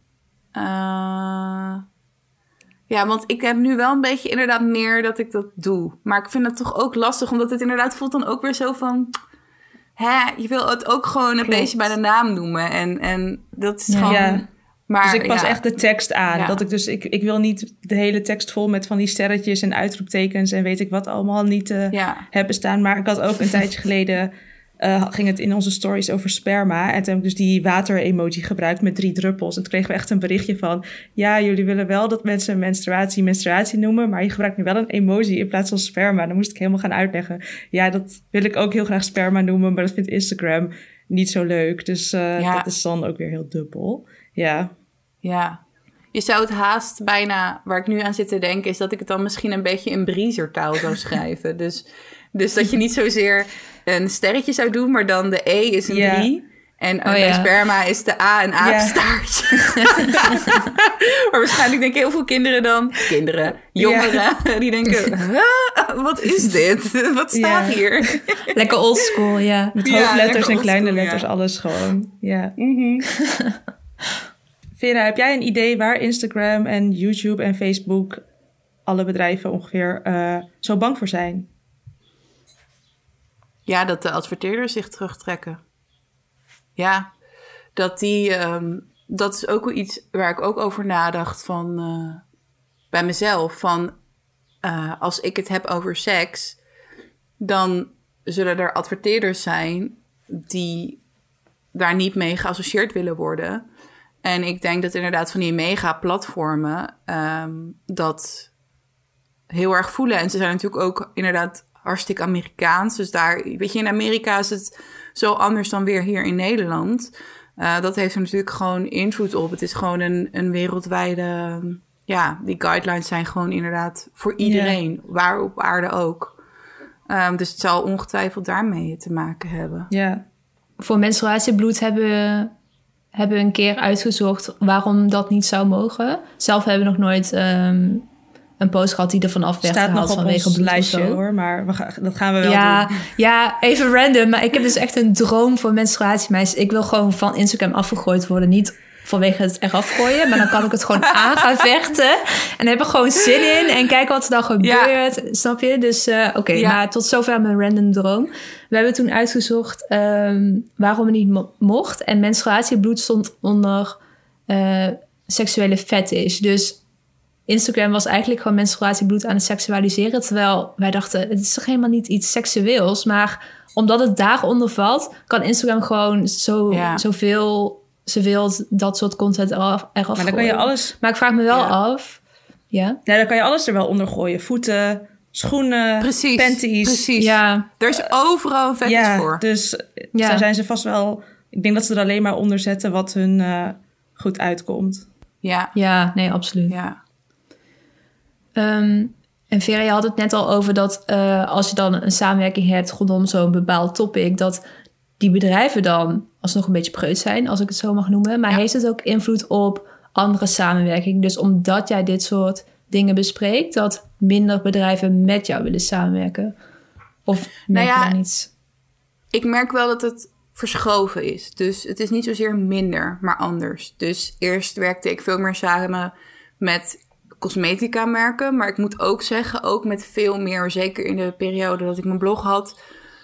Yeah. Uh, ja, want ik heb nu wel een beetje inderdaad meer dat ik dat doe. Maar ik vind het toch ook lastig, omdat het inderdaad voelt dan ook weer zo van... Hè, je wil het ook gewoon een Klopt. beetje bij de naam noemen. En, en dat is ja. gewoon... Ja. Maar, dus ik pas ja. echt de tekst aan. Ja. Dat ik, dus, ik, ik wil niet de hele tekst vol met van die sterretjes en uitroeptekens... en weet ik wat allemaal niet uh, ja. hebben staan. Maar ik had ook een tijdje geleden... Uh, ging het in onze stories over sperma. En toen heb ik dus die water-emoji gebruikt met drie druppels. En toen kregen we echt een berichtje van... ja, jullie willen wel dat mensen menstruatie menstruatie noemen... maar je gebruikt nu wel een emoji in plaats van sperma. Dan moest ik helemaal gaan uitleggen. Ja, dat wil ik ook heel graag sperma noemen... maar dat vindt Instagram niet zo leuk. Dus uh, ja. dat is dan ook weer heel dubbel. Ja. Ja. je zou het haast bijna, waar ik nu aan zit te denken, is dat ik het dan misschien een beetje in breezertaal zou schrijven. Dus, dus dat je niet zozeer een sterretje zou doen, maar dan de E is een Ja. drie. En Oh, bij ja. sperma is de A een apenstaartje. Maar waarschijnlijk denken heel veel kinderen dan... Kinderen, jongeren, die denken... "Huh? Wat is dit? Wat staat Ja. hier? Lekker oldschool, ja. Met Ja, hoofdletters lekker en kleine oldschool, letters, ja. alles gewoon. Ja. Mhm. Vera, heb jij een idee waar Instagram en YouTube en Facebook... alle bedrijven ongeveer uh, zo bang voor zijn? Ja, dat de adverteerders zich terugtrekken. Ja, dat die... Um, dat is ook wel iets waar ik ook over nadacht van... Uh, bij mezelf. Van, uh, als ik het heb over seks... dan zullen er adverteerders zijn... die daar niet mee geassocieerd willen worden. En ik denk dat inderdaad van die mega-platformen... Um, dat heel erg voelen. En ze zijn natuurlijk ook inderdaad... hartstikke Amerikaans. Dus daar, weet je, in Amerika is het zo anders dan weer hier in Nederland. Uh, dat heeft er natuurlijk gewoon invloed op. Het is gewoon een, een wereldwijde... Ja, die guidelines zijn gewoon inderdaad voor iedereen. Ja. Waar op aarde ook. Um, dus het zal ongetwijfeld daarmee te maken hebben. Ja. Voor menstruatiebloed hebben we, hebben we een keer uitgezocht waarom dat niet zou mogen. Zelf hebben we nog nooit... Um, een post gehad die er vanaf werd gehaald gehaald vanwege ons bloed lijstje, of zo. hoor, maar we gaan, dat gaan we wel ja, doen. Ja, even random, maar ik heb dus echt een droom voor menstruatiemeisjes. Ik wil gewoon van Instagram afgegooid worden, niet vanwege het eraf gooien, maar dan kan ik het gewoon aan gaan vechten en dan heb ik gewoon zin in en kijken wat er dan gebeurt, ja. Snap je? Dus uh, oké, okay, ja. Maar tot zover mijn random droom. We hebben toen uitgezocht um, waarom het niet mo- mocht en menstruatiebloed stond onder uh, seksuele fetish. Dus Instagram was eigenlijk gewoon menstruatiebloed aan het seksualiseren. Terwijl wij dachten, het is toch helemaal niet iets seksueels. Maar omdat het daaronder valt, kan Instagram gewoon zo, ja. zoveel ze wil dat soort content eraf, eraf maar dan kan je alles... Maar ik vraag me wel ja. af... Ja? Ja, dan kan je alles er wel onder gooien. Voeten, schoenen, precies, panties. Precies. Ja. Er is overal een fetish ja, voor. Dus ja. daar zijn ze vast wel... Ik denk dat ze er alleen maar onder zetten wat hun uh, goed uitkomt. Ja. Ja, nee, absoluut. Ja. Um, en Vera, je had het net al over dat uh, als je dan een samenwerking hebt rondom zo'n bepaald topic, dat die bedrijven dan alsnog een beetje preut zijn, als ik het zo mag noemen. Maar ja. heeft het ook invloed op andere samenwerking? Dus omdat jij dit soort dingen bespreekt, dat minder bedrijven met jou willen samenwerken? Of merk nou ja, je dan iets? Ik merk wel dat het verschoven is. Dus het is niet zozeer minder, maar anders. Dus eerst werkte ik veel meer samen met cosmetica merken, maar ik moet ook zeggen, ook met veel meer, zeker in de periode dat ik mijn blog had,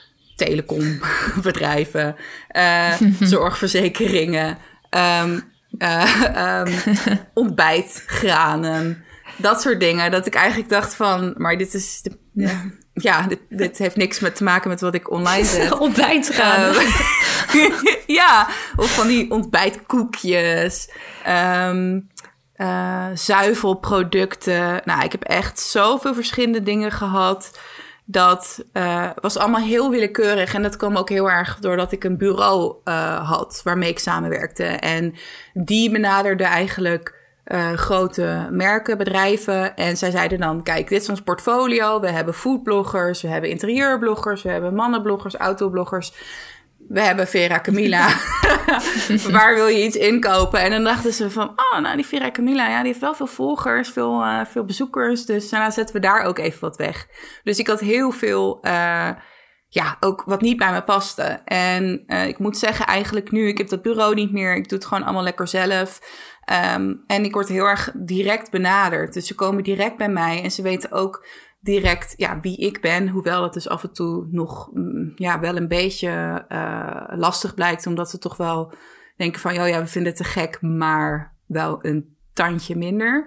telecombedrijven, uh, zorgverzekeringen, um, uh, um, ontbijtgranen, dat soort dingen. Dat ik eigenlijk dacht van, maar dit is, de, ja, ja dit, dit heeft niks met te maken met wat ik online zet. Ontbijtgranen. Uh, ja, of van die ontbijtkoekjes. Um, Uh, zuivelproducten. Nou, ik heb echt zoveel verschillende dingen gehad. Dat uh, was allemaal heel willekeurig. En dat kwam ook heel erg doordat ik een bureau uh, had waarmee ik samenwerkte. En die benaderde eigenlijk uh, grote merken, bedrijven. En zij zeiden dan, kijk, dit is ons portfolio. We hebben foodbloggers, we hebben interieurbloggers, we hebben mannenbloggers, autobloggers. We hebben Vera Camilla. Waar wil je iets inkopen? En dan dachten ze van, oh, nou, die Vera Camilla, ja, die heeft wel veel volgers, veel, uh, veel bezoekers. Dus nou, zetten we daar ook even wat weg. Dus ik had heel veel, uh, ja, ook wat niet bij me paste. En uh, ik moet zeggen, eigenlijk nu, ik heb dat bureau niet meer. Ik doe het gewoon allemaal lekker zelf. Um, en ik word heel erg direct benaderd. Dus ze komen direct bij mij en ze weten ook direct ja, wie ik ben. Hoewel het dus af en toe nog ja, wel een beetje uh, lastig blijkt. Omdat ze toch wel denken van, oh ja, we vinden het te gek, maar wel een tandje minder.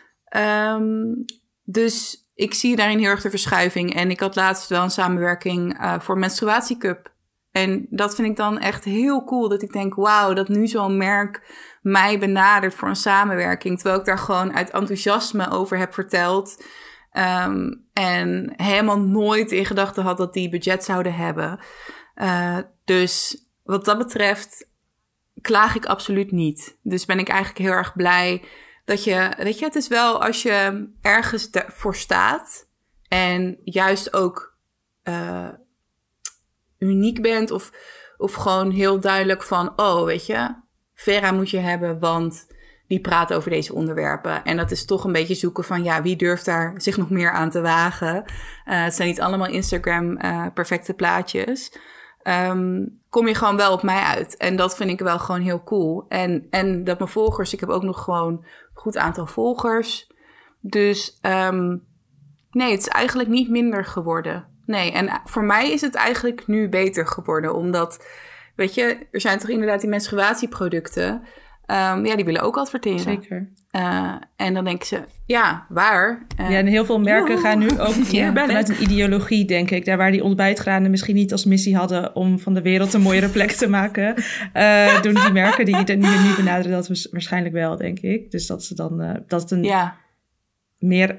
Um, dus ik zie daarin heel erg de verschuiving. En ik had laatst wel een samenwerking uh, voor Menstruatiecup. En dat vind ik dan echt heel cool. Dat ik denk, wauw, dat nu zo'n merk mij benadert voor een samenwerking. Terwijl ik daar gewoon uit enthousiasme over heb verteld. Um, en helemaal nooit in gedachten had dat die budget zouden hebben. Uh, dus wat dat betreft klaag ik absoluut niet. Dus ben ik eigenlijk heel erg blij Dat je, weet je, het is wel als je ergens voor staat en juist ook uh, uniek bent of, of gewoon heel duidelijk van, oh, weet je, Vera moet je hebben, want die praat over deze onderwerpen. En dat is toch een beetje zoeken van, ja, wie durft daar zich nog meer aan te wagen? Uh, het zijn niet allemaal Instagram uh, perfecte plaatjes. Um, kom je gewoon wel op mij uit. En dat vind ik wel gewoon heel cool. En, en dat mijn volgers, ik heb ook nog gewoon een goed aantal volgers. Dus um, nee, het is eigenlijk niet minder geworden. Nee, en voor mij is het eigenlijk nu beter geworden. Omdat, weet je, er zijn toch inderdaad die menstruatieproducten. Um, ja, die willen ook adverteren. Zeker. Uh, en dan denken ze, ja, waar? Uh, ja, en heel veel merken joh. gaan nu ook Hier ben vanuit ik. een ideologie, denk ik. Daar waar die ontbijtgranen misschien niet als missie hadden om van de wereld een mooiere plek te maken. Uh, doen die merken die er nu, nu benaderen dat waarschijnlijk wel, denk ik. Dus dat, ze dan, uh, dat het een ja. meer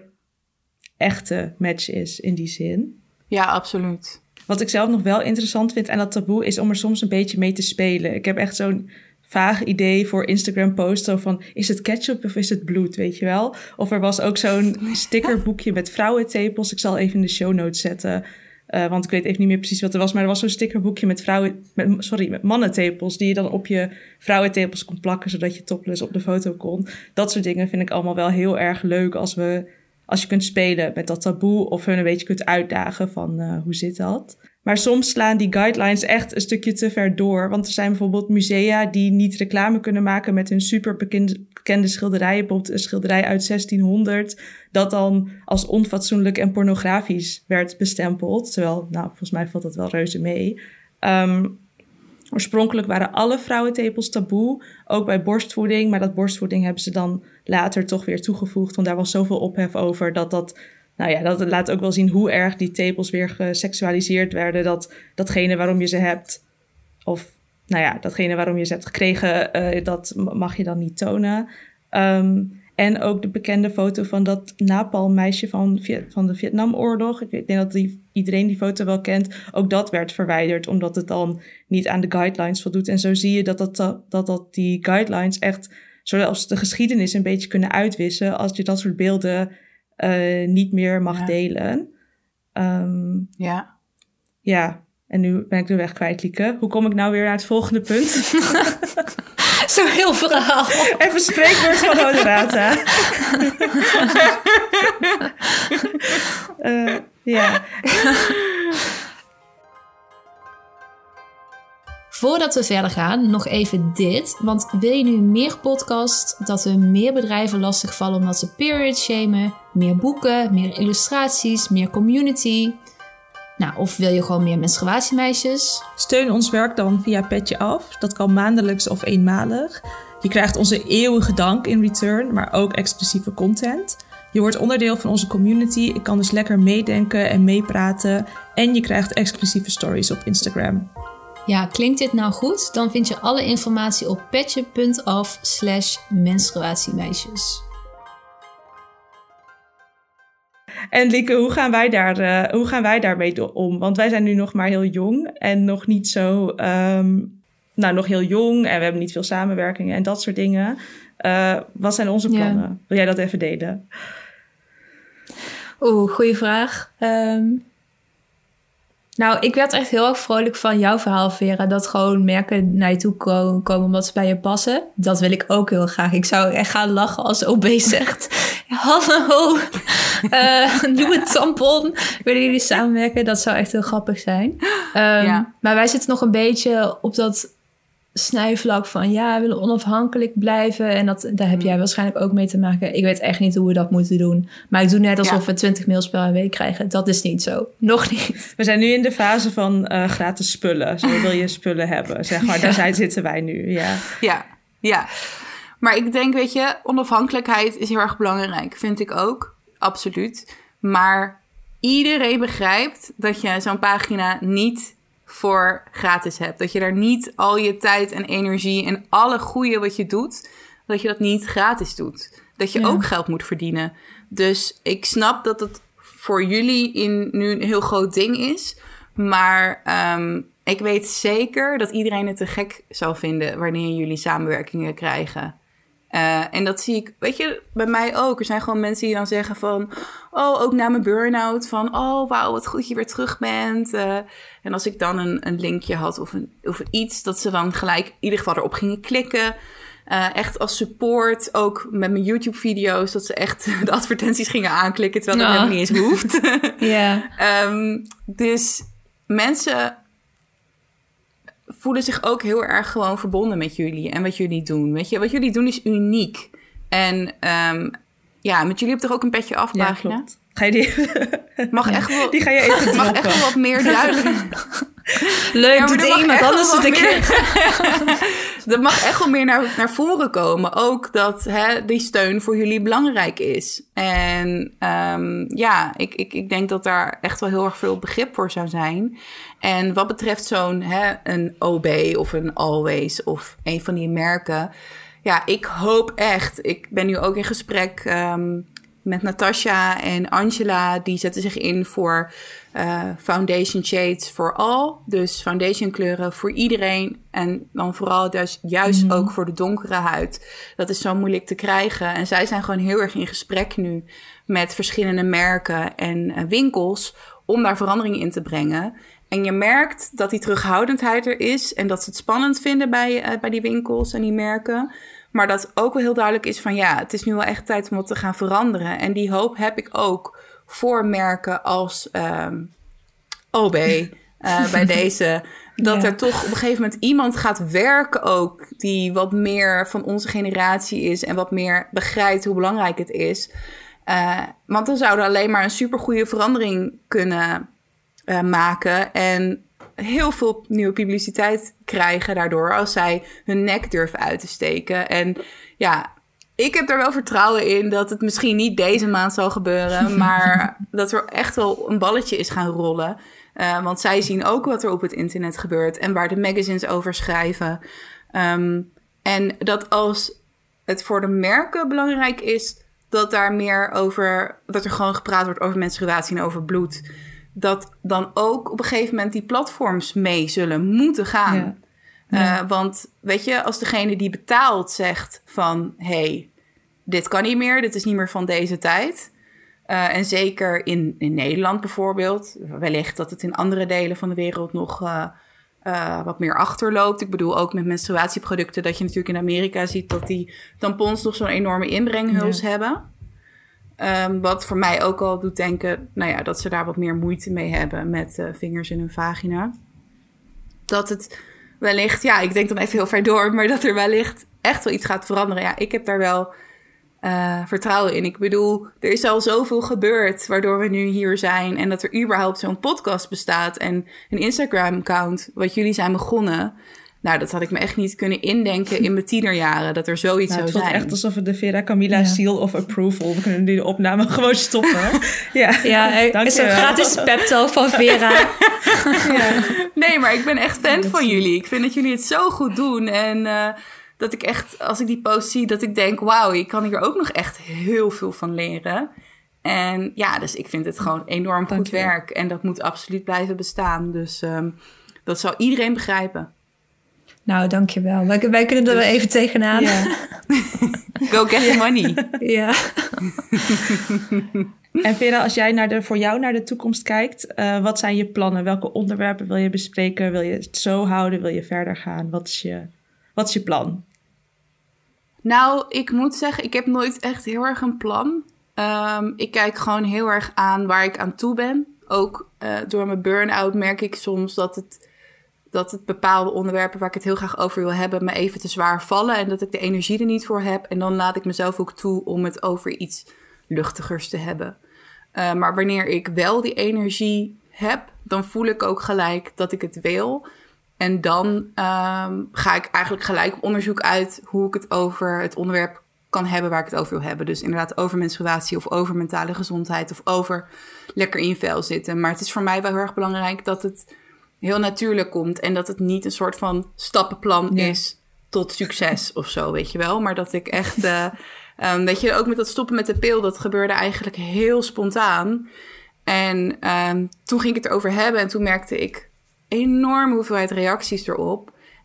echte match is in die zin. Ja, absoluut. Wat ik zelf nog wel interessant vind aan dat taboe is om er soms een beetje mee te spelen. Ik heb echt zo'n vaag idee voor Instagram posts. Zo van, is het ketchup of is het bloed, weet je wel? Of er was ook zo'n stickerboekje met vrouwentepels. Ik zal even in de show notes zetten. Uh, want ik weet even niet meer precies wat er was. Maar er was zo'n stickerboekje met vrouwen... Met, sorry, met mannentepels. Die je dan op je vrouwentepels kon plakken. Zodat je topless op de foto kon. Dat soort dingen vind ik allemaal wel heel erg leuk. Als, we, als je kunt spelen met dat taboe. Of hun een beetje kunt uitdagen van uh, hoe zit dat? Maar soms slaan die guidelines echt een stukje te ver door. Want er zijn bijvoorbeeld musea die niet reclame kunnen maken met hun super bekende, bekende schilderijen. Bijvoorbeeld een schilderij uit zestienhonderd. Dat dan als onfatsoenlijk en pornografisch werd bestempeld. Terwijl, nou, volgens mij valt dat wel reuze mee. Um, oorspronkelijk waren alle vrouwentepels taboe. Ook bij borstvoeding. Maar dat borstvoeding hebben ze dan later toch weer toegevoegd. Want daar was zoveel ophef over dat dat... Nou ja, dat laat ook wel zien hoe erg die tepels weer geseksualiseerd werden. Dat datgene waarom je ze hebt, of nou ja, datgene waarom je ze hebt gekregen, uh, dat mag je dan niet tonen. Um, en ook de bekende foto van dat napalmmeisje van, van de Vietnamoorlog. Ik denk dat die, iedereen die foto wel kent. Ook dat werd verwijderd, omdat het dan niet aan de guidelines voldoet. En zo zie je dat, dat, dat, dat die guidelines echt, zoals de geschiedenis een beetje kunnen uitwissen, als je dat soort beelden Uh, niet meer mag ja. delen. Um, ja. Ja, en nu ben ik de weg kwijt, Lieke. Hoe kom ik nou weer naar het volgende punt? Zo'n heel verhaal. Even spreekwoord van Honorata. uh, ja. Voordat we verder gaan, nog even dit. Want wil je nu meer podcast, dat we meer bedrijven lastigvallen omdat ze period shamen, meer boeken, meer illustraties, meer community? Nou, of wil je gewoon meer menstruatiemeisjes? Steun ons werk dan via Petje Af. Dat kan maandelijks of eenmalig. Je krijgt onze eeuwige dank in return, maar ook exclusieve content. Je wordt onderdeel van onze community. Ik kan dus lekker meedenken en meepraten. En je krijgt exclusieve stories op Instagram. Ja, klinkt dit nou goed? Dan vind je alle informatie op petje.af slash menstruatiemeisjes. En Lieke, hoe gaan wij daar, uh, hoe gaan wij daarmee om? Want wij zijn nu nog maar heel jong en nog niet zo... Um, nou, nog heel jong en we hebben niet veel samenwerkingen en dat soort dingen. Uh, wat zijn onze plannen? Ja. Wil jij dat even delen? Oeh, goeie vraag. Um... Nou, ik werd echt heel erg vrolijk van jouw verhaal, Vera. Dat gewoon merken naar je toe komen omdat ze bij je passen. Dat wil ik ook heel graag. Ik zou echt gaan lachen als O B zegt... Hallo, uh, nieuwe tampon. Willen jullie samenwerken? Dat zou echt heel grappig zijn. Um, ja. Maar wij zitten nog een beetje op dat snijvlak van... ja, we willen onafhankelijk blijven. En dat, daar heb jij waarschijnlijk ook mee te maken. Ik weet echt niet hoe we dat moeten doen. Maar ik doe net alsof ja. we twintig mails per week krijgen. Dat is niet zo. Nog niet. We zijn nu in de fase van uh, gratis spullen. Zo wil je spullen hebben, zeg maar. Ja. Daar zijn, zitten wij nu, ja. Ja, ja. Maar ik denk, weet je, onafhankelijkheid is heel erg belangrijk. Vind ik ook, absoluut. Maar iedereen begrijpt dat je zo'n pagina niet voor gratis hebt. Dat je daar niet al je tijd en energie en alle goede wat je doet, dat je dat niet gratis doet. Dat je ja. ook geld moet verdienen. Dus ik snap dat het voor jullie in nu een heel groot ding is. Maar um, ik weet zeker dat iedereen het te gek zou vinden wanneer jullie samenwerkingen krijgen. Uh, en dat zie ik, weet je, bij mij ook. Er zijn gewoon mensen die dan zeggen van... oh, ook na mijn burn-out, van... oh, wauw, wat goed dat je weer terug bent. Uh, en als ik dan een, een linkje had of, een, of iets... dat ze dan gelijk in ieder geval erop gingen klikken... Uh, echt als support, ook met mijn YouTube-video's... dat ze echt de advertenties gingen aanklikken... terwijl dat oh. helemaal niet eens hoeft. Yeah. um, dus mensen voelen zich ook heel erg gewoon verbonden met jullie... en wat jullie doen. Weet je, wat jullie doen is uniek. En um, ja, met jullie heb je toch ook een petje af pagina? Ja, klopt. Ga je die... Mag echt wel, die ga je even mag echt wel wat meer duidelijk... Leuk, ja, doet iemand anders het een keer. Er mag echt wel meer naar, naar voren komen. Ook dat hè, die steun voor jullie belangrijk is. En um, ja, ik, ik, ik denk dat daar echt wel heel erg veel begrip voor zou zijn. En wat betreft zo'n hè, een O B of een Always of een van die merken... Ja, ik hoop echt... Ik ben nu ook in gesprek... Um, met Natasha en Angela, die zetten zich in voor uh, foundation shades for all. Dus foundation kleuren voor iedereen. En dan vooral dus juist mm. ook voor de donkere huid. Dat is zo moeilijk te krijgen. En zij zijn gewoon heel erg in gesprek nu met verschillende merken en uh, winkels om daar verandering in te brengen. En je merkt dat die terughoudendheid er is en dat ze het spannend vinden bij, uh, bij die winkels en die merken. Maar dat ook wel heel duidelijk is van ja, het is nu wel echt tijd om wat te gaan veranderen. En die hoop heb ik ook voor merken als um, O B uh, bij deze. Dat ja. er toch op een gegeven moment iemand gaat werken ook die wat meer van onze generatie is en wat meer begrijpt hoe belangrijk het is. Uh, want dan zouden we alleen maar een supergoeie verandering kunnen uh, maken en heel veel nieuwe publiciteit krijgen daardoor als zij hun nek durven uit te steken. En ja, ik heb er wel vertrouwen in dat het misschien niet deze maand zal gebeuren, maar dat er echt wel een balletje is gaan rollen. Uh, want zij zien ook wat er op het internet gebeurt en waar de magazines over schrijven. Um, en dat als het voor de merken belangrijk is, dat daar meer over, dat er gewoon gepraat wordt over menstruatie en over bloed, dat dan ook op een gegeven moment die platforms mee zullen moeten gaan. Ja. Ja. Uh, want weet je, als degene die betaalt zegt van hey, dit kan niet meer, dit is niet meer van deze tijd. Uh, en zeker in, in Nederland bijvoorbeeld, wellicht dat het in andere delen van de wereld nog uh, uh, wat meer achterloopt. Ik bedoel ook met menstruatieproducten dat je natuurlijk in Amerika ziet dat die tampons nog zo'n enorme inbrenghuls ja. hebben. Um, wat voor mij ook al doet denken, nou ja, dat ze daar wat meer moeite mee hebben met uh, vingers in hun vagina. Dat het wellicht, ja, ik denk dan even heel ver door, maar dat er wellicht echt wel iets gaat veranderen. Ja, ik heb daar wel uh, vertrouwen in. Ik bedoel, er is al zoveel gebeurd waardoor we nu hier zijn en dat er überhaupt zo'n podcast bestaat en een Instagram-account, wat jullie zijn begonnen. Nou, dat had ik me echt niet kunnen indenken in mijn tienerjaren, dat er zoiets nou, zou zijn. Het voelt echt alsof we de Vera Camilla ja. seal of approval, we kunnen nu de opname gewoon stoppen. ja, ja er is een gratis pep-talk van Vera. ja. Nee, maar ik ben echt fan ja, van jullie. Ik vind dat jullie het zo goed doen. En uh, dat ik echt, als ik die post zie, dat ik denk, wauw, ik kan hier ook nog echt heel veel van leren. En ja, dus ik vind het gewoon enorm Dank goed werk. En dat moet absoluut blijven bestaan. Dus um, dat zal iedereen begrijpen. Nou, dankjewel. Wij, wij kunnen er dus, wel even tegenaan. Ja. Go get the money. Ja. En Vera, als jij naar de, voor jou naar de toekomst kijkt, uh, wat zijn je plannen? Welke onderwerpen wil je bespreken? Wil je het zo houden? Wil je verder gaan? Wat is je, wat is je plan? Nou, ik moet zeggen, ik heb nooit echt heel erg een plan. Um, ik kijk gewoon heel erg aan waar ik aan toe ben. Ook uh, door mijn burn-out merk ik soms dat het... dat het bepaalde onderwerpen waar ik het heel graag over wil hebben me even te zwaar vallen en dat ik de energie er niet voor heb. En dan laat ik mezelf ook toe om het over iets luchtigers te hebben. Uh, maar wanneer ik wel die energie heb, dan voel ik ook gelijk dat ik het wil. En dan um, ga ik eigenlijk gelijk op onderzoek uit hoe ik het over het onderwerp kan hebben waar ik het over wil hebben. Dus inderdaad over menstruatie of over mentale gezondheid of over lekker in je vel zitten. Maar het is voor mij wel heel erg belangrijk dat het heel natuurlijk komt en dat het niet een soort van stappenplan ja. is tot succes of zo, weet je wel. Maar dat ik echt, uh, um, weet je, ook met dat stoppen met de pil, dat gebeurde eigenlijk heel spontaan. En um, toen ging ik het erover hebben en toen merkte ik enorme hoeveelheid reacties erop.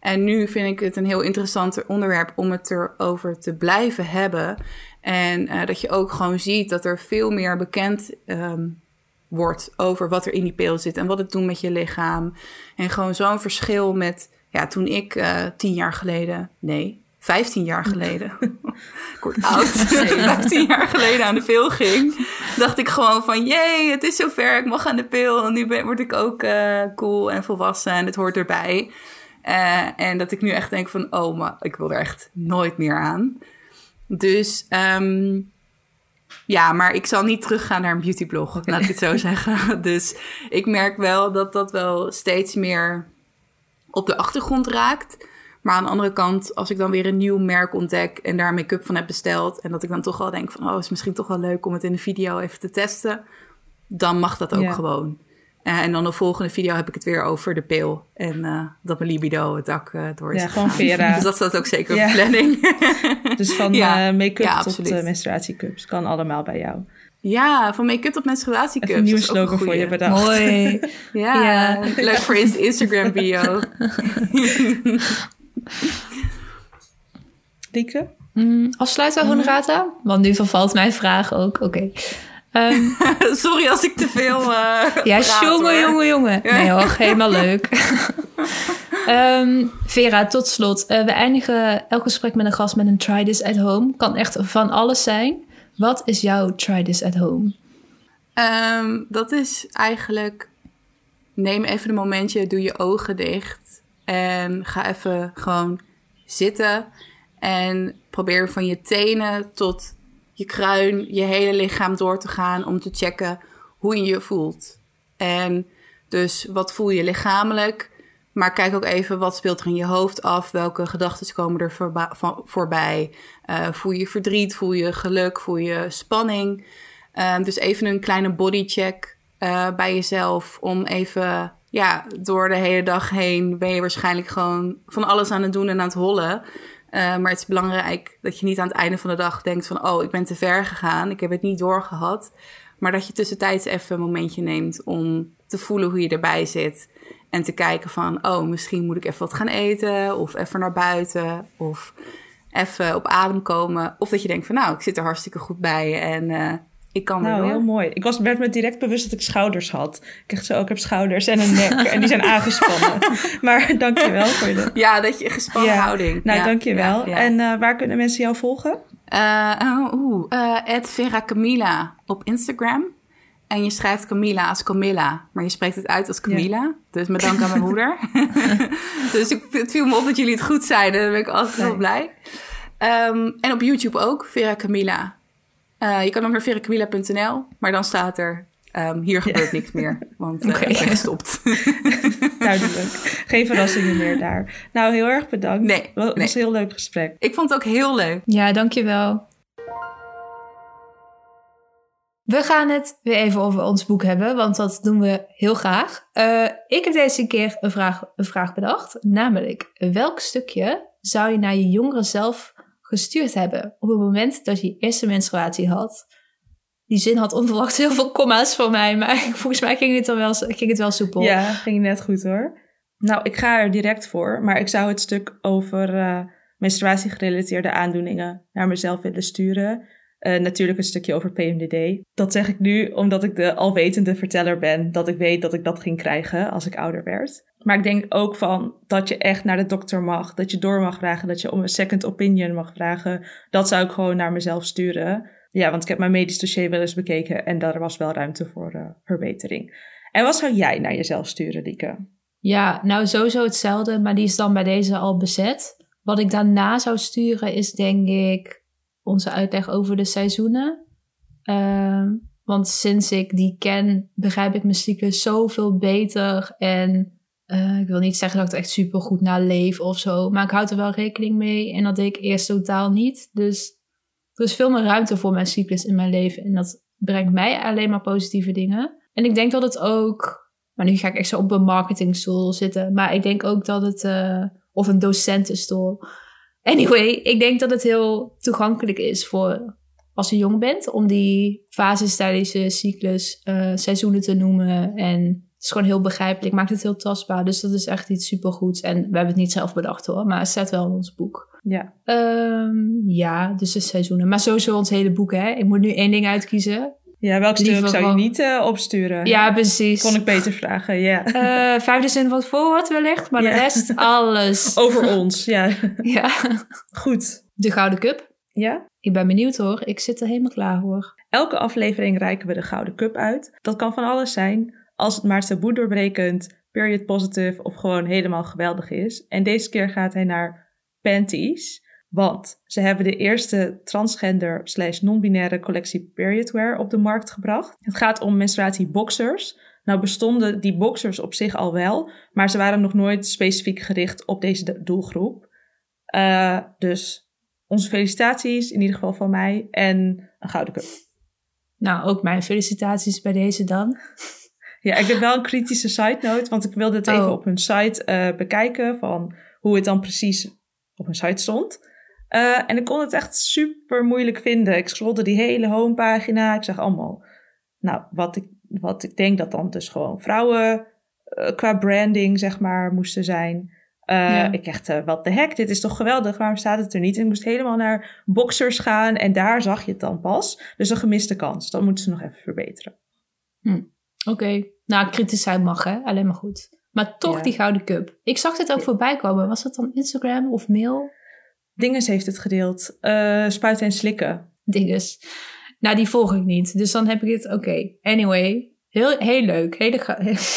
En nu vind ik het een heel interessant onderwerp om het erover te blijven hebben. En uh, dat je ook gewoon ziet dat er veel meer bekend um, wordt over wat er in die pil zit en wat het doet met je lichaam. En gewoon zo'n verschil met, ja, toen ik uh, tien jaar geleden, nee, vijftien jaar geleden, ik word oud, nee, vijftien jaar geleden aan de pil ging, dacht ik gewoon van, jee, het is zover, ik mag aan de pil. En nu ben, word ik ook uh, cool en volwassen en het hoort erbij. Uh, en dat ik nu echt denk van, oh, maar ik wil er echt nooit meer aan. Dus um, ja, maar ik zal niet teruggaan naar een beautyblog, okay. Laat ik het zo zeggen. Dus ik merk wel dat dat wel steeds meer op de achtergrond raakt. Maar aan de andere kant, als ik dan weer een nieuw merk ontdek en daar make-up van heb besteld, en dat ik dan toch wel denk van, oh, is misschien toch wel leuk om het in de video even te testen, dan mag dat ook ja. gewoon. Uh, en dan de volgende video heb ik het weer over de pil. En uh, dat mijn libido het dak uh, door is Ja, gewoon Vera. Dus dat staat ook zeker ja. op de planning. Dus van ja. uh, make-up ja, tot uh, menstruatiecups. Kan allemaal bij jou. Ja, van make-up tot menstruatiecups. Even een nieuwe slogan voor je bedacht. Mooi. ja, ja, leuk voor in Instagram bio. Lieke? Mm, afsluiten, Honorata? Mm. Want nu vervalt mijn vraag ook. Oké. Okay. Um, Sorry als ik te veel uh, ja, praat, jongen, jongen, jongen. Nee hoor, helemaal leuk. um, Vera, tot slot. Uh, we eindigen elk gesprek met een gast met een try this at home. Kan echt van alles zijn. Wat is jouw try this at home? Um, dat is eigenlijk, neem even een momentje, doe je ogen dicht en ga even gewoon zitten en probeer van je tenen tot je kruin, je hele lichaam door te gaan om te checken hoe je je voelt. En dus wat voel je lichamelijk, maar kijk ook even wat speelt er in je hoofd af, welke gedachten komen er voorba- van, voorbij. Uh, voel je verdriet, voel je geluk, voel je spanning. Uh, dus even een kleine bodycheck uh, bij jezelf om even, ja, door de hele dag heen ben je waarschijnlijk gewoon van alles aan het doen en aan het hollen. Uh, maar het is belangrijk dat je niet aan het einde van de dag denkt van, oh, ik ben te ver gegaan, ik heb het niet doorgehad. Maar dat je tussentijds even een momentje neemt om te voelen hoe je erbij zit. En te kijken van, oh, misschien moet ik even wat gaan eten, of even naar buiten, of even op adem komen. Of dat je denkt van, nou, ik zit er hartstikke goed bij en uh, ik kan nou, weer door. Heel mooi. Ik was, werd me direct bewust dat ik schouders had. Ik dacht zo, ik heb schouders en een nek en die zijn aangespannen. Maar dankjewel voor je... Ja, dat je gespannen ja. houding. Nou, ja, dankjewel. Ja, ja. En uh, waar kunnen mensen jou volgen? Uh, uh, Oeh, uh, at Vera Camilla op Instagram. En je schrijft Camilla als Camilla, maar je spreekt het uit als Camilla. Ja. Dus met dank aan mijn moeder. Dus ik, het viel me op dat jullie het goed zeiden. Daar ben ik altijd heel blij. Um, en op YouTube ook, Vera Camilla. Uh, je kan ook naar vera camilla punt n l, maar dan staat er, um, hier gebeurt ja. niks meer, want uh, okay. ik ben gestopt. Duidelijk. Geen verrassingen meer daar. Nou, heel erg bedankt. Nee, Het was nee. een heel leuk gesprek. Ik vond het ook heel leuk. Ja, dankjewel. We gaan het weer even over ons boek hebben, want dat doen we heel graag. Uh, ik heb deze keer een vraag, een vraag bedacht, namelijk welk stukje zou je naar je jongere zelf gestuurd hebben op het moment dat je je eerste menstruatie had? Die zin had onverwacht heel veel komma's voor mij, maar volgens mij ging het, wel, ging het wel soepel. Ja, ging net goed hoor. Nou, ik ga er direct voor, maar ik zou het stuk over uh, menstruatiegerelateerde aandoeningen naar mezelf willen sturen. Uh, natuurlijk een stukje over P M D D. Dat zeg ik nu omdat ik de alwetende verteller ben. Dat ik weet dat ik dat ging krijgen als ik ouder werd. Maar ik denk ook van dat je echt naar de dokter mag. Dat je door mag vragen. Dat je om een second opinion mag vragen. Dat zou ik gewoon naar mezelf sturen. Ja, want ik heb mijn medisch dossier wel eens bekeken. En daar was wel ruimte voor uh, verbetering. En wat zou jij naar jezelf sturen, Lieke? Ja, nou sowieso hetzelfde. Maar die is dan bij deze al bezet. Wat ik daarna zou sturen is denk ik onze uitleg over de seizoenen. Uh, want sinds ik die ken, begrijp ik mijn cyclus zoveel beter. En uh, ik wil niet zeggen dat ik er echt super goed naar leef of zo. Maar ik houd er wel rekening mee. En dat deed ik eerst totaal niet. Dus er is veel meer ruimte voor mijn cyclus in mijn leven. En dat brengt mij alleen maar positieve dingen. En ik denk dat het ook... Maar nu ga ik echt zo op een marketingstoel zitten. Maar ik denk ook dat het... Uh, of een docentenstoel... Anyway, ik denk dat het heel toegankelijk is voor als je jong bent, om die fases tijdens je cyclus uh, seizoenen te noemen en Het is gewoon heel begrijpelijk. Maakt het heel tastbaar. Dus dat is echt iets supergoeds. En we hebben het niet zelf bedacht hoor. Maar het staat wel in ons boek. Ja. Um, ja, dus de seizoenen. Maar sowieso ons hele boek, hè. Ik moet nu één ding uitkiezen. Ja, welk stuk Liever zou je gewoon- niet uh, opsturen? Ja, precies. Kon ik beter vragen, ja. Uh, vijfde zin van het voorwoord wellicht. Maar Ja. de rest, alles. Over ons, ja. Ja. Goed. De Gouden Cup. Ja? Ik ben benieuwd hoor. Ik zit er helemaal klaar voor. Elke aflevering reiken we de Gouden Cup uit. Dat kan van alles zijn, als het maar taboe doorbrekend, period positive of gewoon helemaal geweldig is. En deze keer gaat hij naar Panties, want ze hebben de eerste transgender slash non-binaire collectie periodwear op de markt gebracht. Het gaat om menstruatieboxers. Nou bestonden die boxers op zich al wel, maar ze waren nog nooit specifiek gericht op deze doelgroep. Uh, dus onze felicitaties, in ieder geval van mij, en een Gouden Cup. Nou, ook mijn felicitaties bij deze dan. Ja, ik heb wel een kritische side note, want ik wilde het Oh. even op hun site uh, bekijken van hoe het dan precies op hun site stond. Uh, en ik kon het echt super moeilijk vinden. Ik scrollde die hele homepagina, ik zag allemaal, nou, wat ik, wat ik denk dat dan dus gewoon vrouwen uh, qua branding, zeg maar, moesten zijn. Uh, Ja. Ik dacht, uh, wat de heck, dit is toch geweldig, waarom staat het er niet? En ik moest helemaal naar boxers gaan en daar zag je het dan pas. Dus een gemiste kans, dat moeten ze nog even verbeteren. Hm. Oké. Okay. Nou, kritisch zijn mag, hè? Alleen maar goed. Maar toch Ja. die Gouden Cup. Ik zag dit ook Ja. voorbij komen. Was dat dan Instagram of mail? Dinges heeft het gedeeld. Uh, spuiten en slikken. Dinges. Nou, die volg ik niet. Dus dan heb ik het... Oké. Okay. Anyway. Heel, heel leuk. Hele, ga-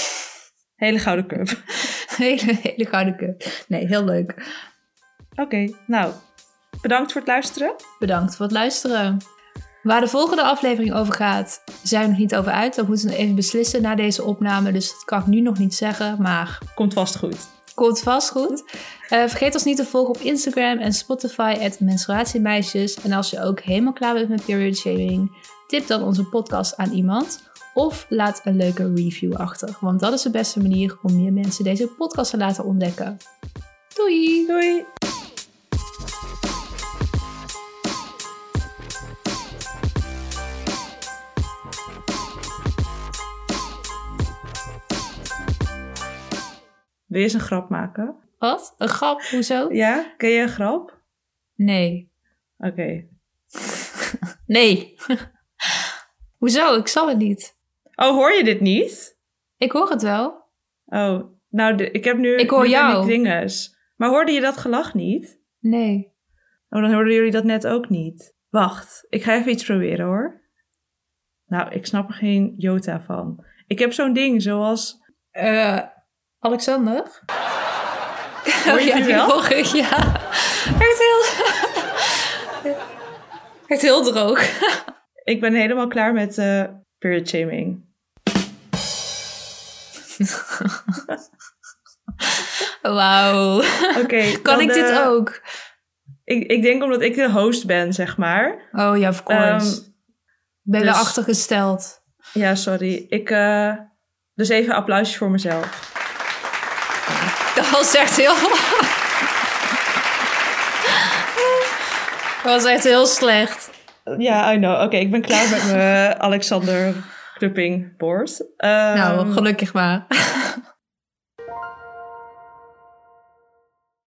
Hele Gouden Cup. hele, hele Gouden Cup. Nee, heel leuk. Oké, okay, nou. Bedankt voor het luisteren. Bedankt voor het luisteren. Waar de volgende aflevering over gaat, zijn we nog niet over uit. Dat moeten we even beslissen na deze opname. Dus dat kan ik nu nog niet zeggen, maar... Komt vast goed. Komt vast goed. Uh, vergeet ons niet te volgen op Instagram en Spotify, at menstruatiemeisjes. En als je ook helemaal klaar bent met period shaming, tip dan onze podcast aan iemand. Of laat een leuke review achter. Want dat is de beste manier om meer mensen deze podcast te laten ontdekken. Doei! Doei! Wil je eens een grap maken? Wat? Een grap? Hoezo? Ja? Ken je een grap? Nee. Oké. Okay. Nee. Hoezo? Ik zal het niet. Oh, hoor je dit niet? Ik hoor het wel. Oh, nou, de, ik heb nu... Ik hoor nu jou. Ik dinges. Maar hoorde je dat gelach niet? Nee. Oh, dan hoorden jullie dat net ook niet. Wacht, ik ga even iets proberen hoor. Nou, ik snap er geen jota van. Ik heb zo'n ding zoals... Uh, Alexander? Hoor je ja, het wel? Hoor ik, ja. Echt heel... Echt heel droog. Ik ben helemaal klaar met uh, period shaming. Wauw. Oké. Okay, kan ik uh, dit ook? Ik, ik denk omdat ik de host ben, zeg maar. Oh ja, of course. Um, ben je dus, erachter gesteld? Ja, sorry. Ik, uh, dus even applausjes voor mezelf. Dat was echt heel... Dat was echt heel slecht. Ja, I know. Oké, okay, ik ben klaar met mijn Alexander Klupping board. Um, nou, gelukkig maar.